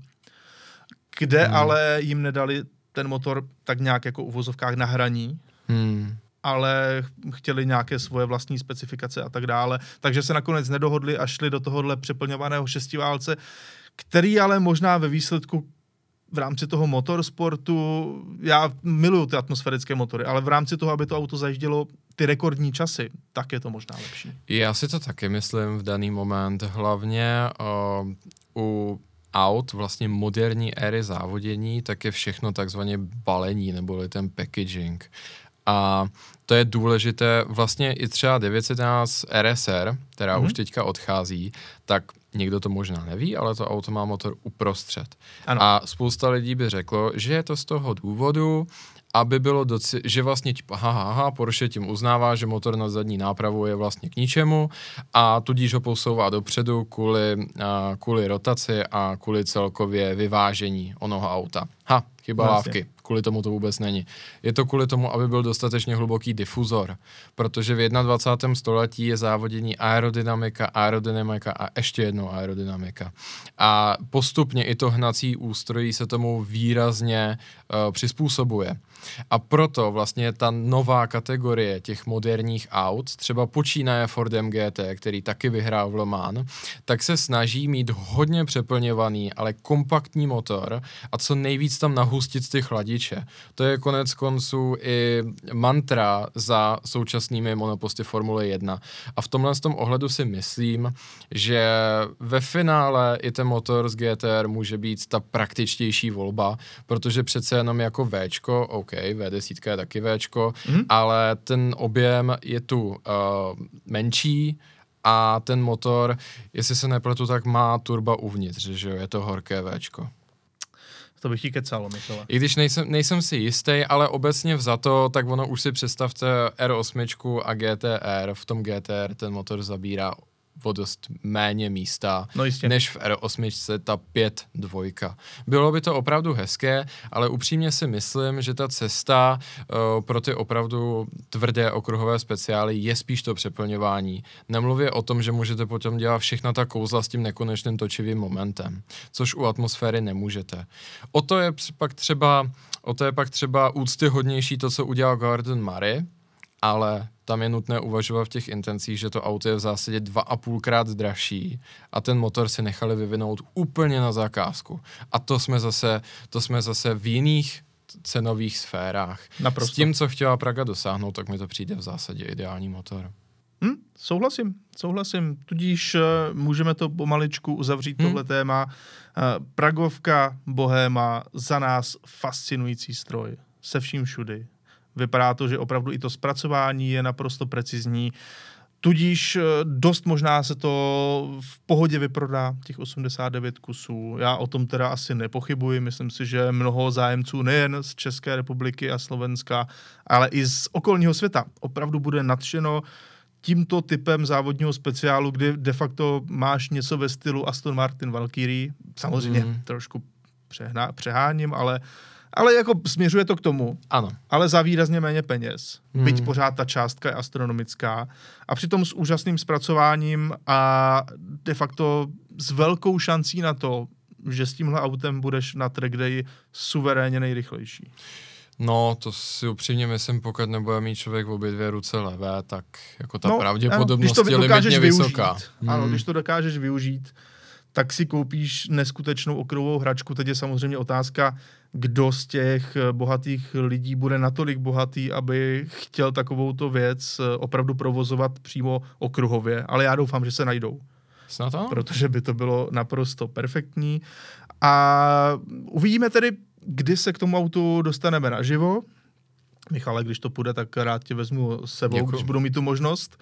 Kde hmm. ale jim nedali ten motor tak nějak jako v uvozovkách na hraní, hmm. ale chtěli nějaké svoje vlastní specifikace a tak dále. Takže se nakonec nedohodli a šli do tohohle přeplňovaného šestiválce, který ale možná ve výsledku v rámci toho motorsportu, já miluju ty atmosférické motory, ale v rámci toho, aby to auto zajíždělo ty rekordní časy, tak je to možná lepší. Já si to taky myslím v daný moment, hlavně uh, u aut vlastně moderní éry závodění, tak je všechno takzvaně balení, neboli ten packaging. A to je důležité, vlastně i třeba devět set jedenáct R S R, která mm-hmm. už teďka odchází, tak někdo to možná neví, ale to auto má motor uprostřed. Ano. A spousta lidí by řeklo, že je to z toho důvodu, aby bylo doci- že vlastně haha, ha, Porsche tím uznává, že motor na zadní nápravu je vlastně k ničemu a tudíž ho posouvá dopředu kvůli, a, kvůli rotaci a kvůli celkově vyvážení onoho auta. Ha, chyba vlastně. Lávky. Kvůli tomu to vůbec není. Je to kvůli tomu, aby byl dostatečně hluboký difuzor, protože v dvacátém prvním století je závodění aerodynamika, aerodynamika a ještě jednou aerodynamika. A postupně i to hnací ústrojí se tomu výrazně uh, přizpůsobuje. A proto vlastně ta nová kategorie těch moderních aut, třeba počínaje Fordem G T, který taky vyhrál v Le Mans, tak se snaží mít hodně přeplňovaný, ale kompaktní motor a co nejvíc tam nahustit ty chladiče. To je konec konců i mantra za současnými monoposty Formule jedna. A v tomhle tom ohledu si myslím, že ve finále i ten motor z G T R může být ta praktičtější volba, protože přece jenom jako Včko, OK, V deset je taky Včko, mm. ale ten objem je tu uh, menší a ten motor, jestli se nepletu, tak má turba uvnitř, že jo, je to horké Včko. To bych ti kecalo, Michale. I když nejsem, nejsem si jistý, ale obecně vzato, tak ono už si představte R osm a G T R, v tom G T R ten motor zabírá o dost méně místa, no než v R osm ta pět dvojka. Bylo by to opravdu hezké, ale upřímně si myslím, že ta cesta uh, pro ty opravdu tvrdé okruhové speciály je spíš to přeplňování. Nemluvě o tom, že můžete potom dělat všechna ta kouzla s tím nekonečným točivým momentem, což u atmosféry nemůžete. O to je pak třeba, o to je pak třeba úctyhodnější to, co udělal Gordon Murray, ale tam je nutné uvažovat v těch intencích, že to auto je v zásadě dva a půlkrát dražší a ten motor si nechali vyvinout úplně na zakázku. A to jsme zase, to jsme zase v jiných cenových sférách. Naprosto. S tím, co chtěla Praga dosáhnout, tak mi to přijde v zásadě ideální motor. Hm, souhlasím, souhlasím. Tudíž uh, můžeme to pomaličku uzavřít, hm. tohle téma. Uh, Pragovka, Bohéma, za nás fascinující stroj. Se vším všudy. Vypadá to, že opravdu i to zpracování je naprosto precizní. Tudíž dost možná se to v pohodě vyprodá, těch osmdesát devět kusů. Já o tom teda asi nepochybuji. Myslím si, že mnoho zájemců nejen z České republiky a Slovenska, ale i z okolního světa opravdu bude nadšeno tímto typem závodního speciálu, kdy de facto máš něco ve stylu Aston Martin Valkyrie. Samozřejmě mm. trošku přehná, přeháním, ale Ale jako směřuje to k tomu, ano. ale za výrazně méně peněz. Hmm. Byť pořád ta částka je astronomická. A přitom s úžasným zpracováním a de facto s velkou šancí na to, že s tímhle autem budeš na track day suverénně nejrychlejší. No, to si upřímně myslím, pokud nebude mít člověk v obě dvě ruce levé, tak jako ta no, pravděpodobnost ano, je limitně vysoká. Hmm. Ano, když to dokážeš využít, tak si koupíš neskutečnou okruhovou hračku. Teď je samozřejmě otázka, kdo z těch bohatých lidí bude natolik bohatý, aby chtěl takovouto věc opravdu provozovat přímo okruhově. Ale já doufám, že se najdou. Snad ano. Protože by to bylo naprosto perfektní. A uvidíme tedy, kdy se k tomu autu dostaneme naživo. Michale, když to půjde, tak rád tě vezmu s sebou, Děkuju. Když budu mít tu možnost.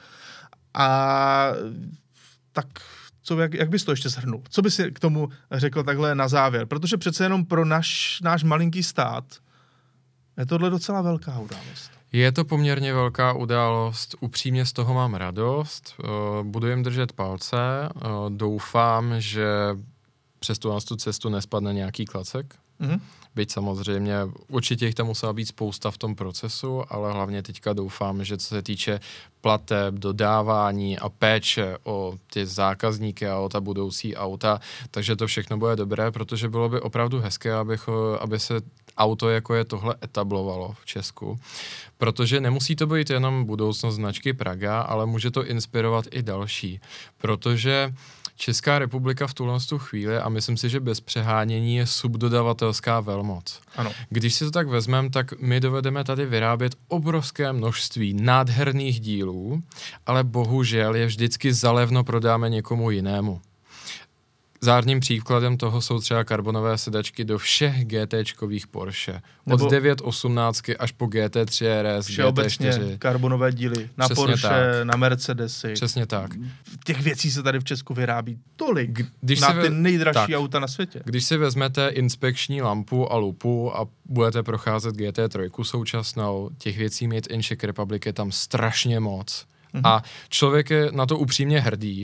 A tak... Co, jak, jak bys to ještě shrnul? Co bys si k tomu řekl takhle na závěr? Protože přece jenom pro naš, náš malinký stát je tohle docela velká událost. Je to poměrně velká událost, upřímně z toho mám radost, budu jim držet palce, doufám, že přes tu, tu cestu nespadne nějaký klacek. Mm-hmm. Byť samozřejmě, určitě jich tam musela být spousta v tom procesu, ale hlavně teďka doufám, že co se týče plateb, dodávání a péče o ty zákazníky a o ta budoucí auta, takže to všechno bude dobré, protože bylo by opravdu hezké, abych, aby se auto jako je tohle etablovalo v Česku. Protože nemusí to být jenom budoucnost značky Praga, ale může to inspirovat i další. Protože Česká republika v tuhle chvíli, a myslím si, že bez přehánění, je subdodavatelská velmoc. Ano. Když si to tak vezmeme, tak my dovedeme tady vyrábět obrovské množství nádherných dílů, ale bohužel je vždycky zalevno prodáme někomu jinému. Zárným příkladem toho jsou třeba karbonové sedačky do všech GTčkových Porsche. Od Nebo devět osmnáct až po G T tři R S, G T čtyři. Karbonové díly na Přesně Porsche, tak. na Mercedesy. Přesně tak. Těch věcí se tady v Česku vyrábí tolik. Když na ty nejdražší tak. auta na světě. Když si vezmete inspekční lampu a lupu a budete procházet G T tři současnou, těch věcí made in Czech Republic je tam strašně moc. Mm-hmm. A člověk je na to upřímně hrdý,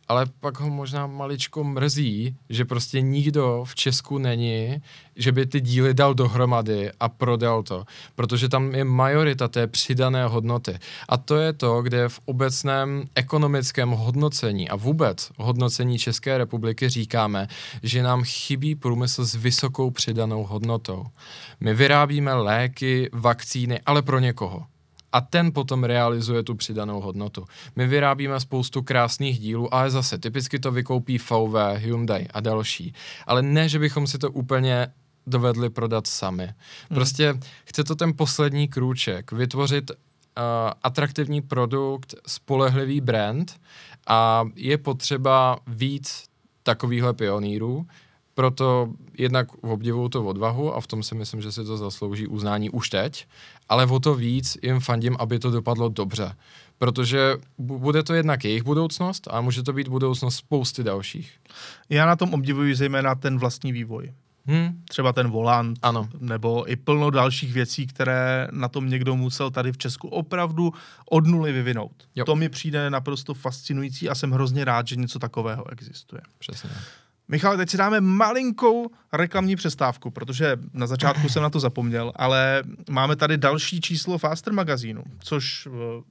ale pak ho možná maličko mrzí, že prostě nikdo v Česku není, že by ty díly dal dohromady a prodal to, protože tam je majorita té přidané hodnoty. A to je to, kde v obecném ekonomickém hodnocení a vůbec hodnocení České republiky říkáme, že nám chybí průmysl s vysokou přidanou hodnotou. My vyrábíme léky, vakcíny, ale pro někoho. A ten potom realizuje tu přidanou hodnotu. My vyrábíme spoustu krásných dílů, ale zase typicky to vykoupí V W, Hyundai a další. Ale ne, že bychom si to úplně dovedli prodat sami. Prostě hmm. chce to ten poslední krůček, vytvořit uh, atraktivní produkt, spolehlivý brand a je potřeba víc takovýchhle pionýrů, proto jednak obdivuju to odvahu a v tom si myslím, že si to zaslouží uznání už teď, ale o to víc jim fandím, aby to dopadlo dobře. Protože bude to jednak jejich budoucnost a může to být budoucnost spousty dalších. Já na tom obdivuji zejména ten vlastní vývoj. Hmm. Třeba ten volant, ano. Nebo i plno dalších věcí, které na tom někdo musel tady v Česku opravdu od nuly vyvinout. Jo. To mi přijde naprosto fascinující a jsem hrozně rád, že něco takového existuje. Přesně. Michale, teď si dáme malinkou reklamní přestávku, protože na začátku jsem na to zapomněl, ale máme tady další číslo Faster magazínu, což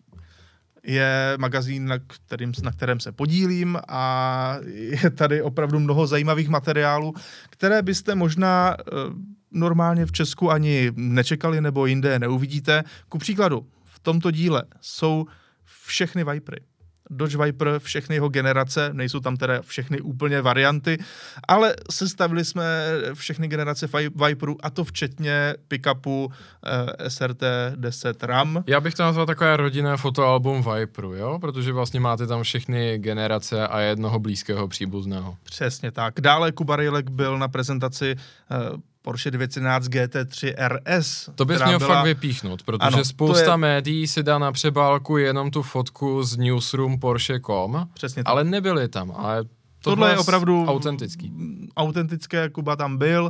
je magazín, na, kterým, na kterém se podílím a je tady opravdu mnoho zajímavých materiálů, které byste možná normálně v Česku ani nečekali nebo jinde neuvidíte. Ku příkladu, v tomto díle jsou všechny Vipery. Dodge Viper, všechny jeho generace, nejsou tam teda všechny úplně varianty, ale sestavili jsme všechny generace Viperů a to včetně pick-upu eh, S R T deset RAM. Já bych to nazval takové rodinné fotoalbum Viperu, jo? Protože vlastně máte tam všechny generace a jednoho blízkého příbuzného. Přesně tak. Dále Kuba Rejlek byl na prezentaci eh, Porsche devět set jedenáct G T tři R S. To bys měl byla... fakt vypíchnout, protože ano, spousta je... médií si dá na přebálku jenom tu fotku z newsroom Porsche tečka com, přesně tak. Ale nebyli tam. Ale tohle je opravdu autentický. Autentické, Kuba tam byl,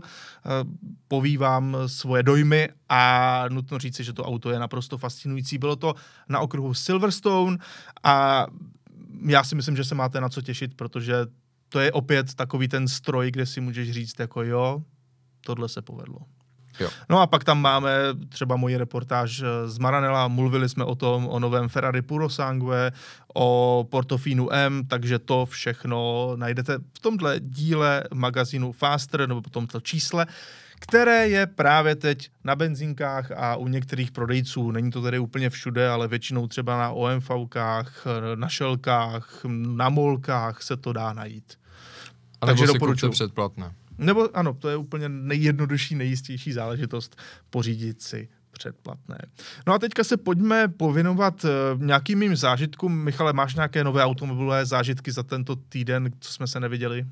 poví vám svoje dojmy a nutno říci, že to auto je naprosto fascinující. Bylo to na okruhu Silverstone a já si myslím, že se máte na co těšit, protože to je opět takový ten stroj, kde si můžeš říct jako jo, tohle se povedlo. Jo. No a pak tam máme třeba moji reportáž z Maranella, mluvili jsme o tom, o novém Ferrari Purosangue, o Portofinu M, takže to všechno najdete v tomhle díle magazínu Faster, nebo v tomto čísle, které je právě teď na benzinkách a u některých prodejců. Není to tady úplně všude, ale většinou třeba na OMVkách, na Shellkách, na Molkách se to dá najít. A nebo si kupte předplatné. Nebo ano, to je úplně nejjednodušší, nejistější záležitost pořídit si předplatné. No a teďka se pojďme pověnovat uh, nějakým mým zážitkům. Michale, máš nějaké nové automobilové zážitky za tento týden, co jsme se neviděli?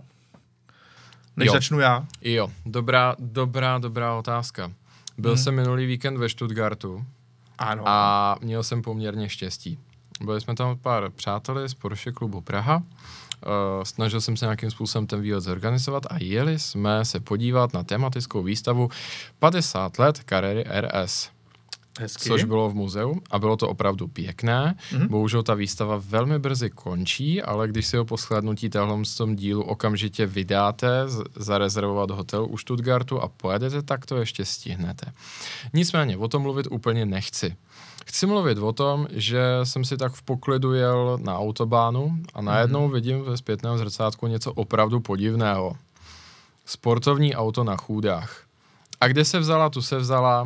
Než jo. začnu já. Jo, dobrá, dobrá, dobrá otázka. Byl hmm. jsem minulý víkend ve Stuttgartu ano. a měl jsem poměrně štěstí. Byli jsme tam pár přáteli z Porsche klubu Praha. Uh, snažil jsem se nějakým způsobem ten výlet zorganizovat a jeli jsme se podívat na tematickou výstavu padesát let Carrera R S. Hezky. Což bylo v muzeu a bylo to opravdu pěkné. Mm-hmm. Bohužel ta výstava velmi brzy končí, ale když si ho po shlédnutí téhle z tom dílu okamžitě vydáte, z- zarezervovat hotel u Stuttgartu a pojedete, tak to ještě stihnete. Nicméně, o tom mluvit úplně nechci. Chci mluvit o tom, že jsem si tak v poklidu jel na autobánu a najednou mm-hmm. vidím ve zpětném zrcátku něco opravdu podivného. Sportovní auto na chůdách. A kde se vzala, tu se vzala...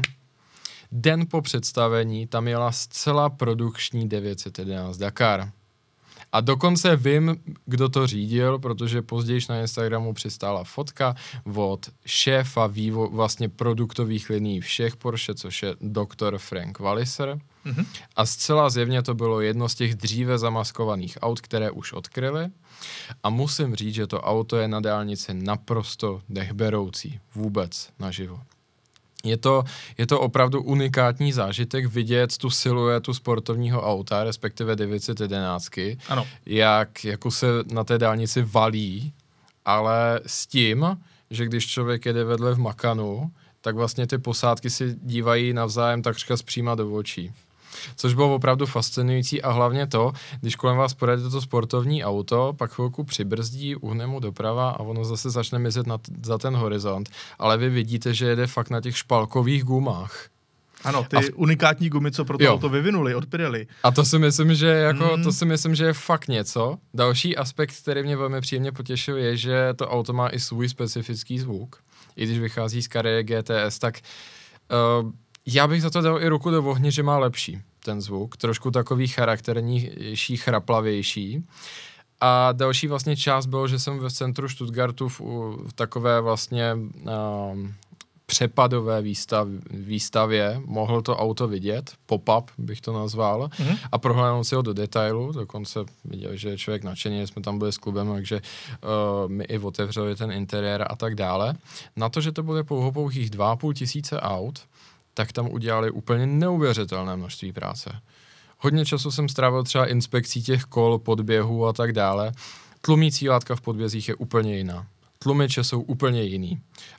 Den po představení tam jela zcela produkční devět set jedenáct Dakar. A dokonce vím, kdo to řídil, protože později na Instagramu přistála fotka od šéfa vývo, vlastně produktových liní všech Porsche, což je doktor Frank Walliser. Mm-hmm. A zcela zjevně to bylo jedno z těch dříve zamaskovaných aut, které už odkryli. A musím říct, že to auto je na dálnici naprosto dechberoucí. Vůbec naživo. Je to, je to opravdu unikátní zážitek vidět tu siluetu sportovního auta, respektive devět set jedenáct, ano. jak jako se na té dálnici valí, ale s tím, že když člověk jede vedle v Makanu, tak vlastně ty posádky si dívají navzájem takřka zpříma do očí. Což bylo opravdu fascinující a hlavně to, když kolem vás projede to sportovní auto, pak chvilku přibrzdí, uhne mu doprava a ono zase začne mizet na t- za ten horizont, ale vy vidíte, že jede fakt na těch špalkových gumách. Ano, ty v... unikátní gumy, co pro to auto vyvinuli od Pirelli. A to si myslím, že jako, mm. to si myslím, že je fakt něco. Další aspekt, který mě velmi příjemně potěšil, je, že to auto má i svůj specifický zvuk. I když vychází z Carrera G T S, tak uh, já bych za to dal i ruku do ohně, že má lepší ten zvuk. Trošku takový charakternější, chraplavější. A další vlastně část bylo, že jsem v centru Stuttgartu v, v takové vlastně uh, přepadové výstav, výstavě mohl to auto vidět, pop-up bych to nazval, mm-hmm. a prohlédnout si ho do detailu, dokonce viděl, že je člověk nadšený, jsme tam byli s klubem, takže uh, mi i otevřeli ten interiér a tak dále. Na to, že to bude pouhopouhých dva a půl tisíce aut, tak tam udělali úplně neuvěřitelné množství práce. Hodně času jsem strávil třeba inspekcí těch kol, podběhů a tak dále. Tlumící látka v podbězích je úplně jiná. Tlumiče jsou úplně jiný.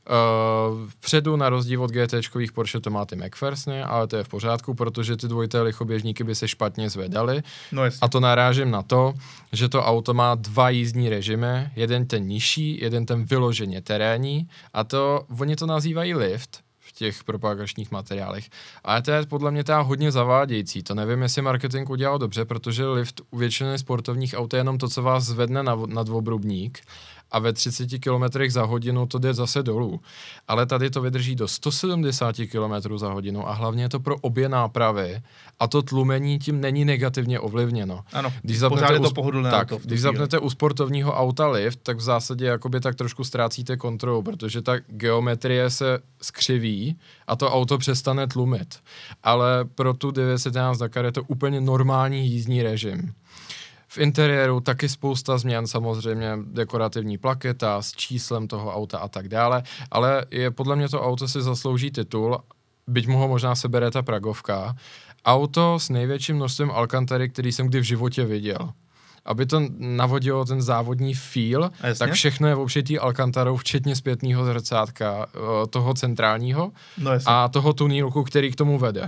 Uh, vpředu na rozdíl od GTčkových Porsche to má ty McPhersony, ale to je v pořádku, protože ty dvojité lichoběžníky by se špatně zvedaly. No a to narážím na to, že to auto má dva jízdní režimy, jeden ten nižší, jeden ten vyloženě terénní, a to, oni to nazývají lift v těch propagačních materiálech. Ale to je podle mě teda hodně zavádějící. To nevím, jestli marketing udělal dobře, protože lift u většiny sportovních aut je jenom to, co vás zvedne na, na dvobrubník, a ve třicet kilometrech za hodinu to jde zase dolů. Ale tady to vydrží do sto sedmdesát kilometrů za hodinu a hlavně je to pro obě nápravy a to tlumení tím není negativně ovlivněno. Ano, když pořád je to u, pohodlné tak, auto. Když zapnete u sportovního auta lift, tak v zásadě jakoby tak trošku ztrácíte kontrolu, protože ta geometrie se skřiví a to auto přestane tlumit. Ale pro tu devět set jedenáct Dakar je to úplně normální jízdní režim. V interiéru taky spousta změn, samozřejmě dekorativní plaketa s číslem toho auta a tak dále, ale je podle mě to auto si zaslouží titul, byť mu ho možná sebere ta Pragovka, auto s největším množstvím alcantary, který jsem kdy v životě viděl. Aby to navodilo ten závodní feel, tak všechno je obšitý alcantarou, včetně zpětného zrcátka, toho centrálního, no a toho tunílku, který k tomu vede.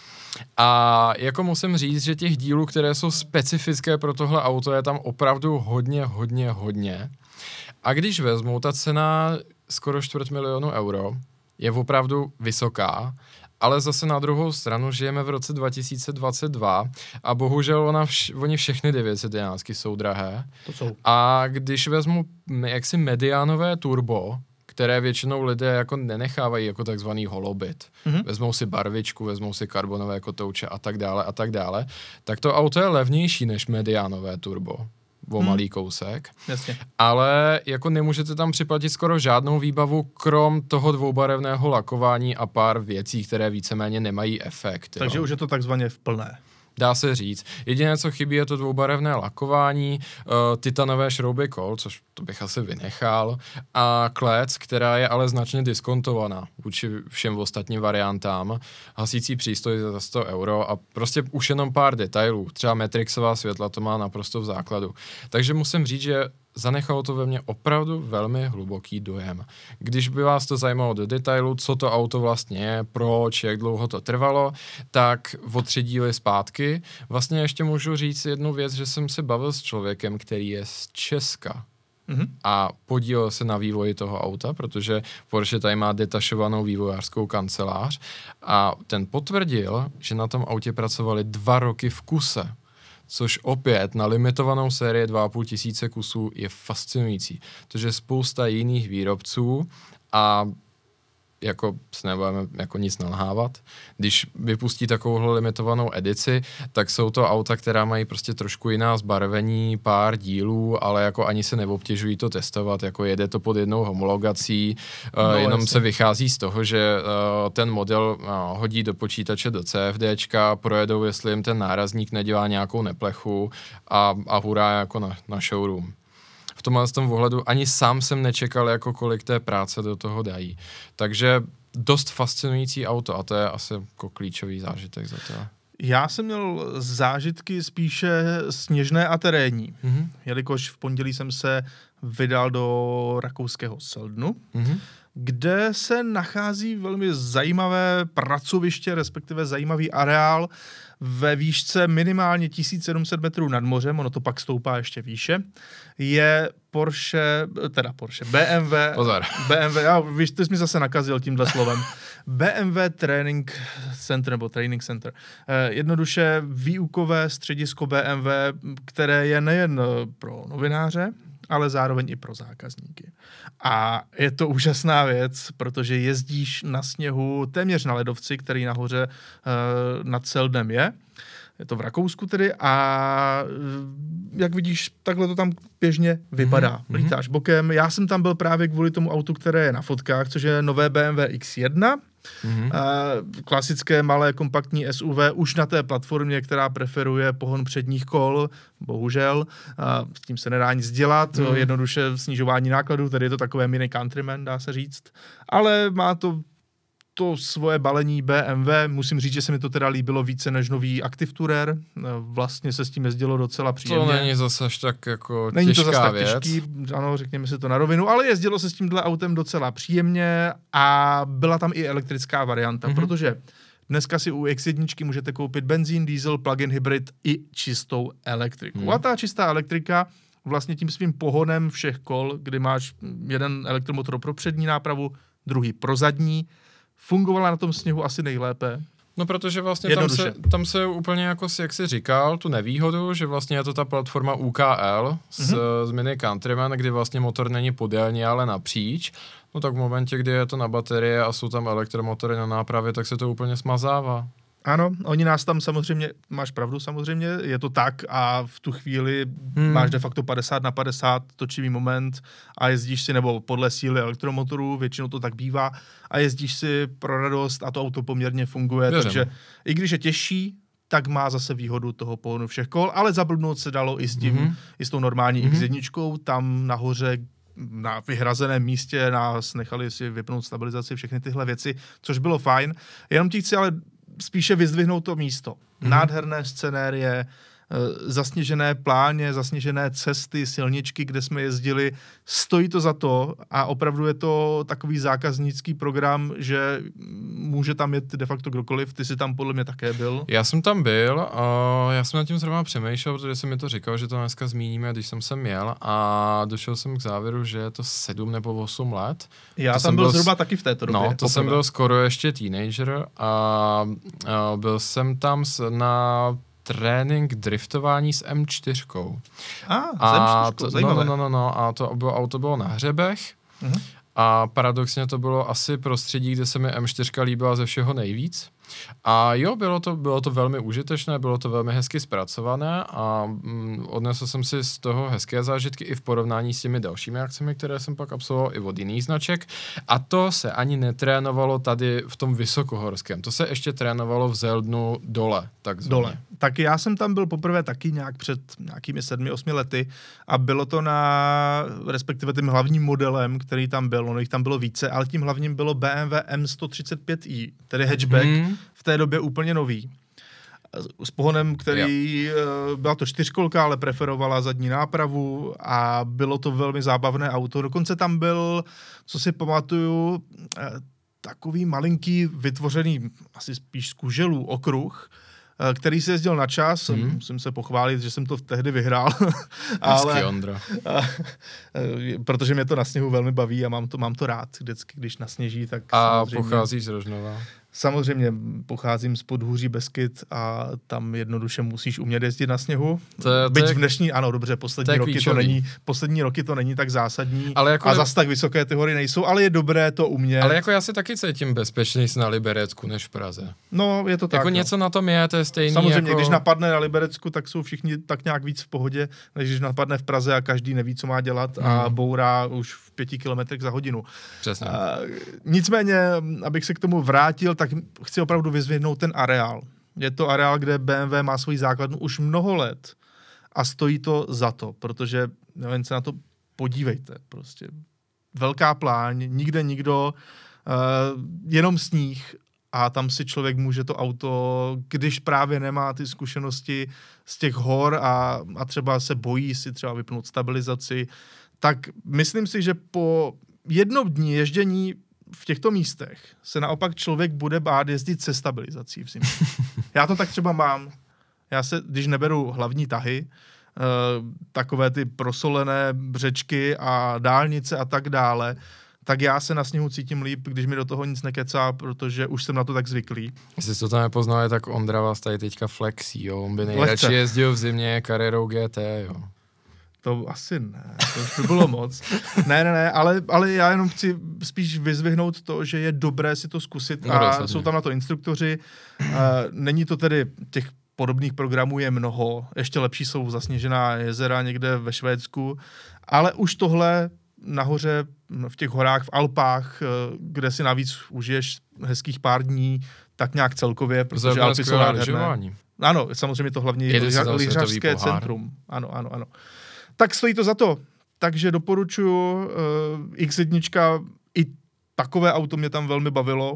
A jako musím říct, že těch dílů, které jsou specifické pro tohle auto, je tam opravdu hodně, hodně, hodně. A když vezmu, ta cena skoro čtvrt milionu euro je opravdu vysoká, ale zase na druhou stranu žijeme v roce dva tisíce dvacet dva a bohužel ona vš- oni všechny devět set jedenáct jsou drahé. To jsou. A když vezmu jaksi mediánové turbo, které většinou lidé jako nenechávají jako takzvaný holobit. Mm-hmm. Vezmou si barvičku, vezmou si karbonové kotouče a tak dále a tak dále. Tak to auto je levnější než mediánové turbo. O hmm. malý kousek. Jasně. Ale jako nemůžete tam připlatit skoro žádnou výbavu, krom toho dvoubarevného lakování a pár věcí, které víceméně nemají efekt. Takže jo. už je to takzvaně v plné. Dá se říct. Jediné, co chybí, je to dvoubarevné lakování, uh, titanové šrouby kol, což to bych asi vynechal, a klec, která je ale značně diskontovaná vůči všem ostatním variantám. Hasící přístroj za sto euro a prostě už jenom pár detailů. Třeba Matrixová světla to má naprosto v základu. Takže musím říct, že zanechalo to ve mně opravdu velmi hluboký dojem. Když by vás to zajímalo do detailu, co to auto vlastně je, proč, jak dlouho to trvalo, tak o tři díly zpátky. Vlastně ještě můžu říct jednu věc, že jsem se bavil s člověkem, který je z Česka. Mm-hmm. A podílel se na vývoji toho auta, protože Porsche tady má detašovanou vývojářskou kancelář a ten potvrdil, že na tom autě pracovali dva roky v kuse. Což opět na limitovanou sérii dva a půl tisíce kusů je fascinující. Protože spousta jiných výrobců a jako se nebudeme jako nic nalhávat, když vypustí takovouhle limitovanou edici, tak jsou to auta, která mají prostě trošku jiná zbarvení, pár dílů, ale jako ani se neobtěžují to testovat, jako jede to pod jednou homologací, no, uh, jenom jasně. Se vychází z toho, že uh, ten model uh, hodí do počítače do CFDčka, projedou, jestli jim ten nárazník nedělá nějakou neplechu a, a hurá jako na, na showroom. V tomhle z tom ohledu ani sám jsem nečekal, jako kolik té práce do toho dají. Takže dost fascinující auto a to je asi jako klíčový zážitek za to. Já jsem měl zážitky spíše sněžné a terénní, mm-hmm. jelikož v pondělí jsem se vydal do rakouského Seldnu. Mm-hmm. kde se nachází velmi zajímavé pracoviště, respektive zajímavý areál ve výšce minimálně tisíc sedm set metrů nad mořem, ono to pak stoupá ještě výše, je Porsche, teda Porsche, B M W, Pozor. B M W, já, víš, ty jsi mi zase nakazil tímhle slovem, B M W Training Center, nebo Training Center. Eh, jednoduše výukové středisko B M W, které je nejen pro novináře, ale zároveň i pro zákazníky. A je to úžasná věc, protože jezdíš na sněhu téměř na ledovci, který nahoře uh, nad Seldem je. Je to v Rakousku tedy a jak vidíš, takhle to tam běžně vypadá. Mm-hmm. Lítáš bokem. Já jsem tam byl právě kvůli tomu autu, které je na fotkách, což je nové B M W X jedna. Mm-hmm. Uh, klasické malé kompaktní S U V už na té platformě, která preferuje pohon předních kol, bohužel, uh, s tím se nedá nic dělat, mm. jednoduše snižování nákladů, tedy je to takové mini countryman, dá se říct, ale má to to svoje balení B M W, musím říct, že se mi to teda líbilo více než nový Active Tourer, vlastně se s tím jezdilo docela příjemně. To není zase až tak jako není těžká to zase tak věc. těžký, ano, řekněme si to na rovinu, ale jezdilo se s tímhle autem docela příjemně a byla tam i elektrická varianta, mm-hmm. protože dneska si u X jedna můžete koupit benzín, diesel, plug-in hybrid i čistou elektriku. Mm. A ta čistá elektrika vlastně tím svým pohonem všech kol, kdy máš jeden elektromotor pro přední nápravu, druhý pro zadní, fungovala na tom sněhu asi nejlépe. No protože vlastně tam se, tam se úplně jako, jak jsi říkal, tu nevýhodu, že vlastně je to ta platforma U K L s, mm-hmm. s Mini Countryman, kdy vlastně motor není podélně, ale napříč. No tak v momentě, kdy je to na baterie a jsou tam elektromotory na nápravě, tak se to úplně smazává. Ano, oni nás tam samozřejmě, máš pravdu samozřejmě, je to tak a v tu chvíli hmm. máš de facto padesát na padesát točivý moment a jezdíš si, nebo podle síly elektromotoru, většinou to tak bývá, a jezdíš si pro radost a to auto poměrně funguje, Věřím. takže i když je těžší, tak má zase výhodu toho pohonu všech kol, ale zablbnout se dalo i s tím, mm-hmm. i s tou normální mm-hmm. X jedna, tam nahoře na vyhrazeném místě nás nechali si vypnout stabilizaci, všechny tyhle věci, což bylo fajn. Jenom ti chci ale spíše vyzdvihnout to místo. Mm-hmm. Nádherné scenérie, zasněžené pláně, zasněžené cesty, silničky, kde jsme jezdili. Stojí to za to a opravdu je to takový zákaznický program, že může tam jet de facto kdokoliv. Ty jsi tam podle mě také byl. Já jsem tam byl a já jsem nad tím zrovna přemýšlel, protože jsem mi to říkal, že to dneska zmíníme, když jsem sem jel, a došel jsem k závěru, že je to sedm nebo osm let. Já to tam byl byl zhruba taky v této době. No, to poprvé. jsem byl skoro ještě teenager a, a byl jsem tam s, na trénink driftování s M čtyři. A, a s M čtyři, to, zajímavé. no, no, no, no, a to bylo, auto bylo na hřebech. Uh-huh. A paradoxně to bylo asi prostředí, kde se mi M čtyři líbila ze všeho nejvíc. A jo, bylo to, bylo to velmi užitečné, bylo to velmi hezky zpracované a mm, odnesl jsem si z toho hezké zážitky i v porovnání s těmi dalšími akcemi, které jsem pak absolvoval i od jiných značek. A to se ani netrénovalo tady v tom vysokohorském. To se ještě trénovalo v Zeldnu dole. Takzvaně. Dole. Tak já jsem tam byl poprvé taky nějak před nějakými sedmi, osmi lety a bylo to na, respektive tím hlavním modelem, který tam byl, ono jich tam bylo více, ale tím hlavním bylo B M W M sto třicet pět i, tedy hatchback, hmm. v té době úplně nový. S pohonem, který, jo. byla to čtyřkolka, ale preferovala zadní nápravu a bylo to velmi zábavné auto. Dokonce tam byl, co si pamatuju, takový malinký vytvořený, asi spíš z kuželů okruh, který se jezdil na čas, hmm. musím se pochválit, že jsem to tehdy vyhrál, ale, a, protože mě to na sněhu velmi baví a mám to, mám to rád vždycky, když nasněží, tak a pocházíš z Rožnova? Samozřejmě pocházím z podhůří Beskyd a tam jednoduše musíš umět jezdit na sněhu. To, to Byť je, v dnešní, ano dobře, poslední roky to není, poslední roky to není tak zásadní ale jako a ne... zas tak vysoké ty hory nejsou, ale je dobré to umět. Ale jako já si taky cítím bezpečnější na Liberecku než v Praze. No, je to tak. Jako no. něco na tom je, to je stejný. Samozřejmě, jako... když napadne na Liberecku, tak jsou všichni tak nějak víc v pohodě, než když napadne v Praze a každý neví, co má dělat hmm. a bourá už v pěti kilometrech za hodinu. Přesně. A, nicméně, abych se k tomu vrátil, tak chci opravdu vyzvědnout ten areál. Je to areál, kde B M W má svoji základnu už mnoho let a stojí to za to, protože nevím, se na to podívejte. Prostě velká pláň, nikde nikdo, uh, jenom sníh a tam si člověk může to auto, když právě nemá ty zkušenosti z těch hor a, a třeba se bojí si třeba vypnout stabilizaci, tak myslím si, že po jednodní ježdění v těchto místech se naopak člověk bude bát jezdit se stabilizací v zimě. Já to tak třeba mám. Já se, když neberu hlavní tahy, uh, takové ty prosolené břečky a dálnice a tak dále, tak já se na sněhu cítím líp, když mi do toho nic nekecá, protože už jsem na to tak zvyklý. Jestli to tam nepoznali, tak Ondra vás tady teďka flexí, jo. On by nejradši jezdil v zimě Carrerou G T, jo. To asi ne, to už by bylo moc. Ne, ne, ne, ale, ale já jenom chci spíš vyzvihnout to, že je dobré si to zkusit no, a rozhodně. Jsou tam na to instruktoři. Uh, není to tedy, těch podobných programů je mnoho, ještě lepší jsou zasněžená jezera někde ve Švédsku, ale už tohle nahoře v těch horách, v Alpách, kde si navíc užiješ hezkých pár dní, tak nějak celkově, protože Alpy jsou nádherné. Ano, samozřejmě to hlavně lyžařské centrum. Ano, ano, ano. Tak stojí to za to. Takže doporučuji uh, X jedna, i takové auto mě tam velmi bavilo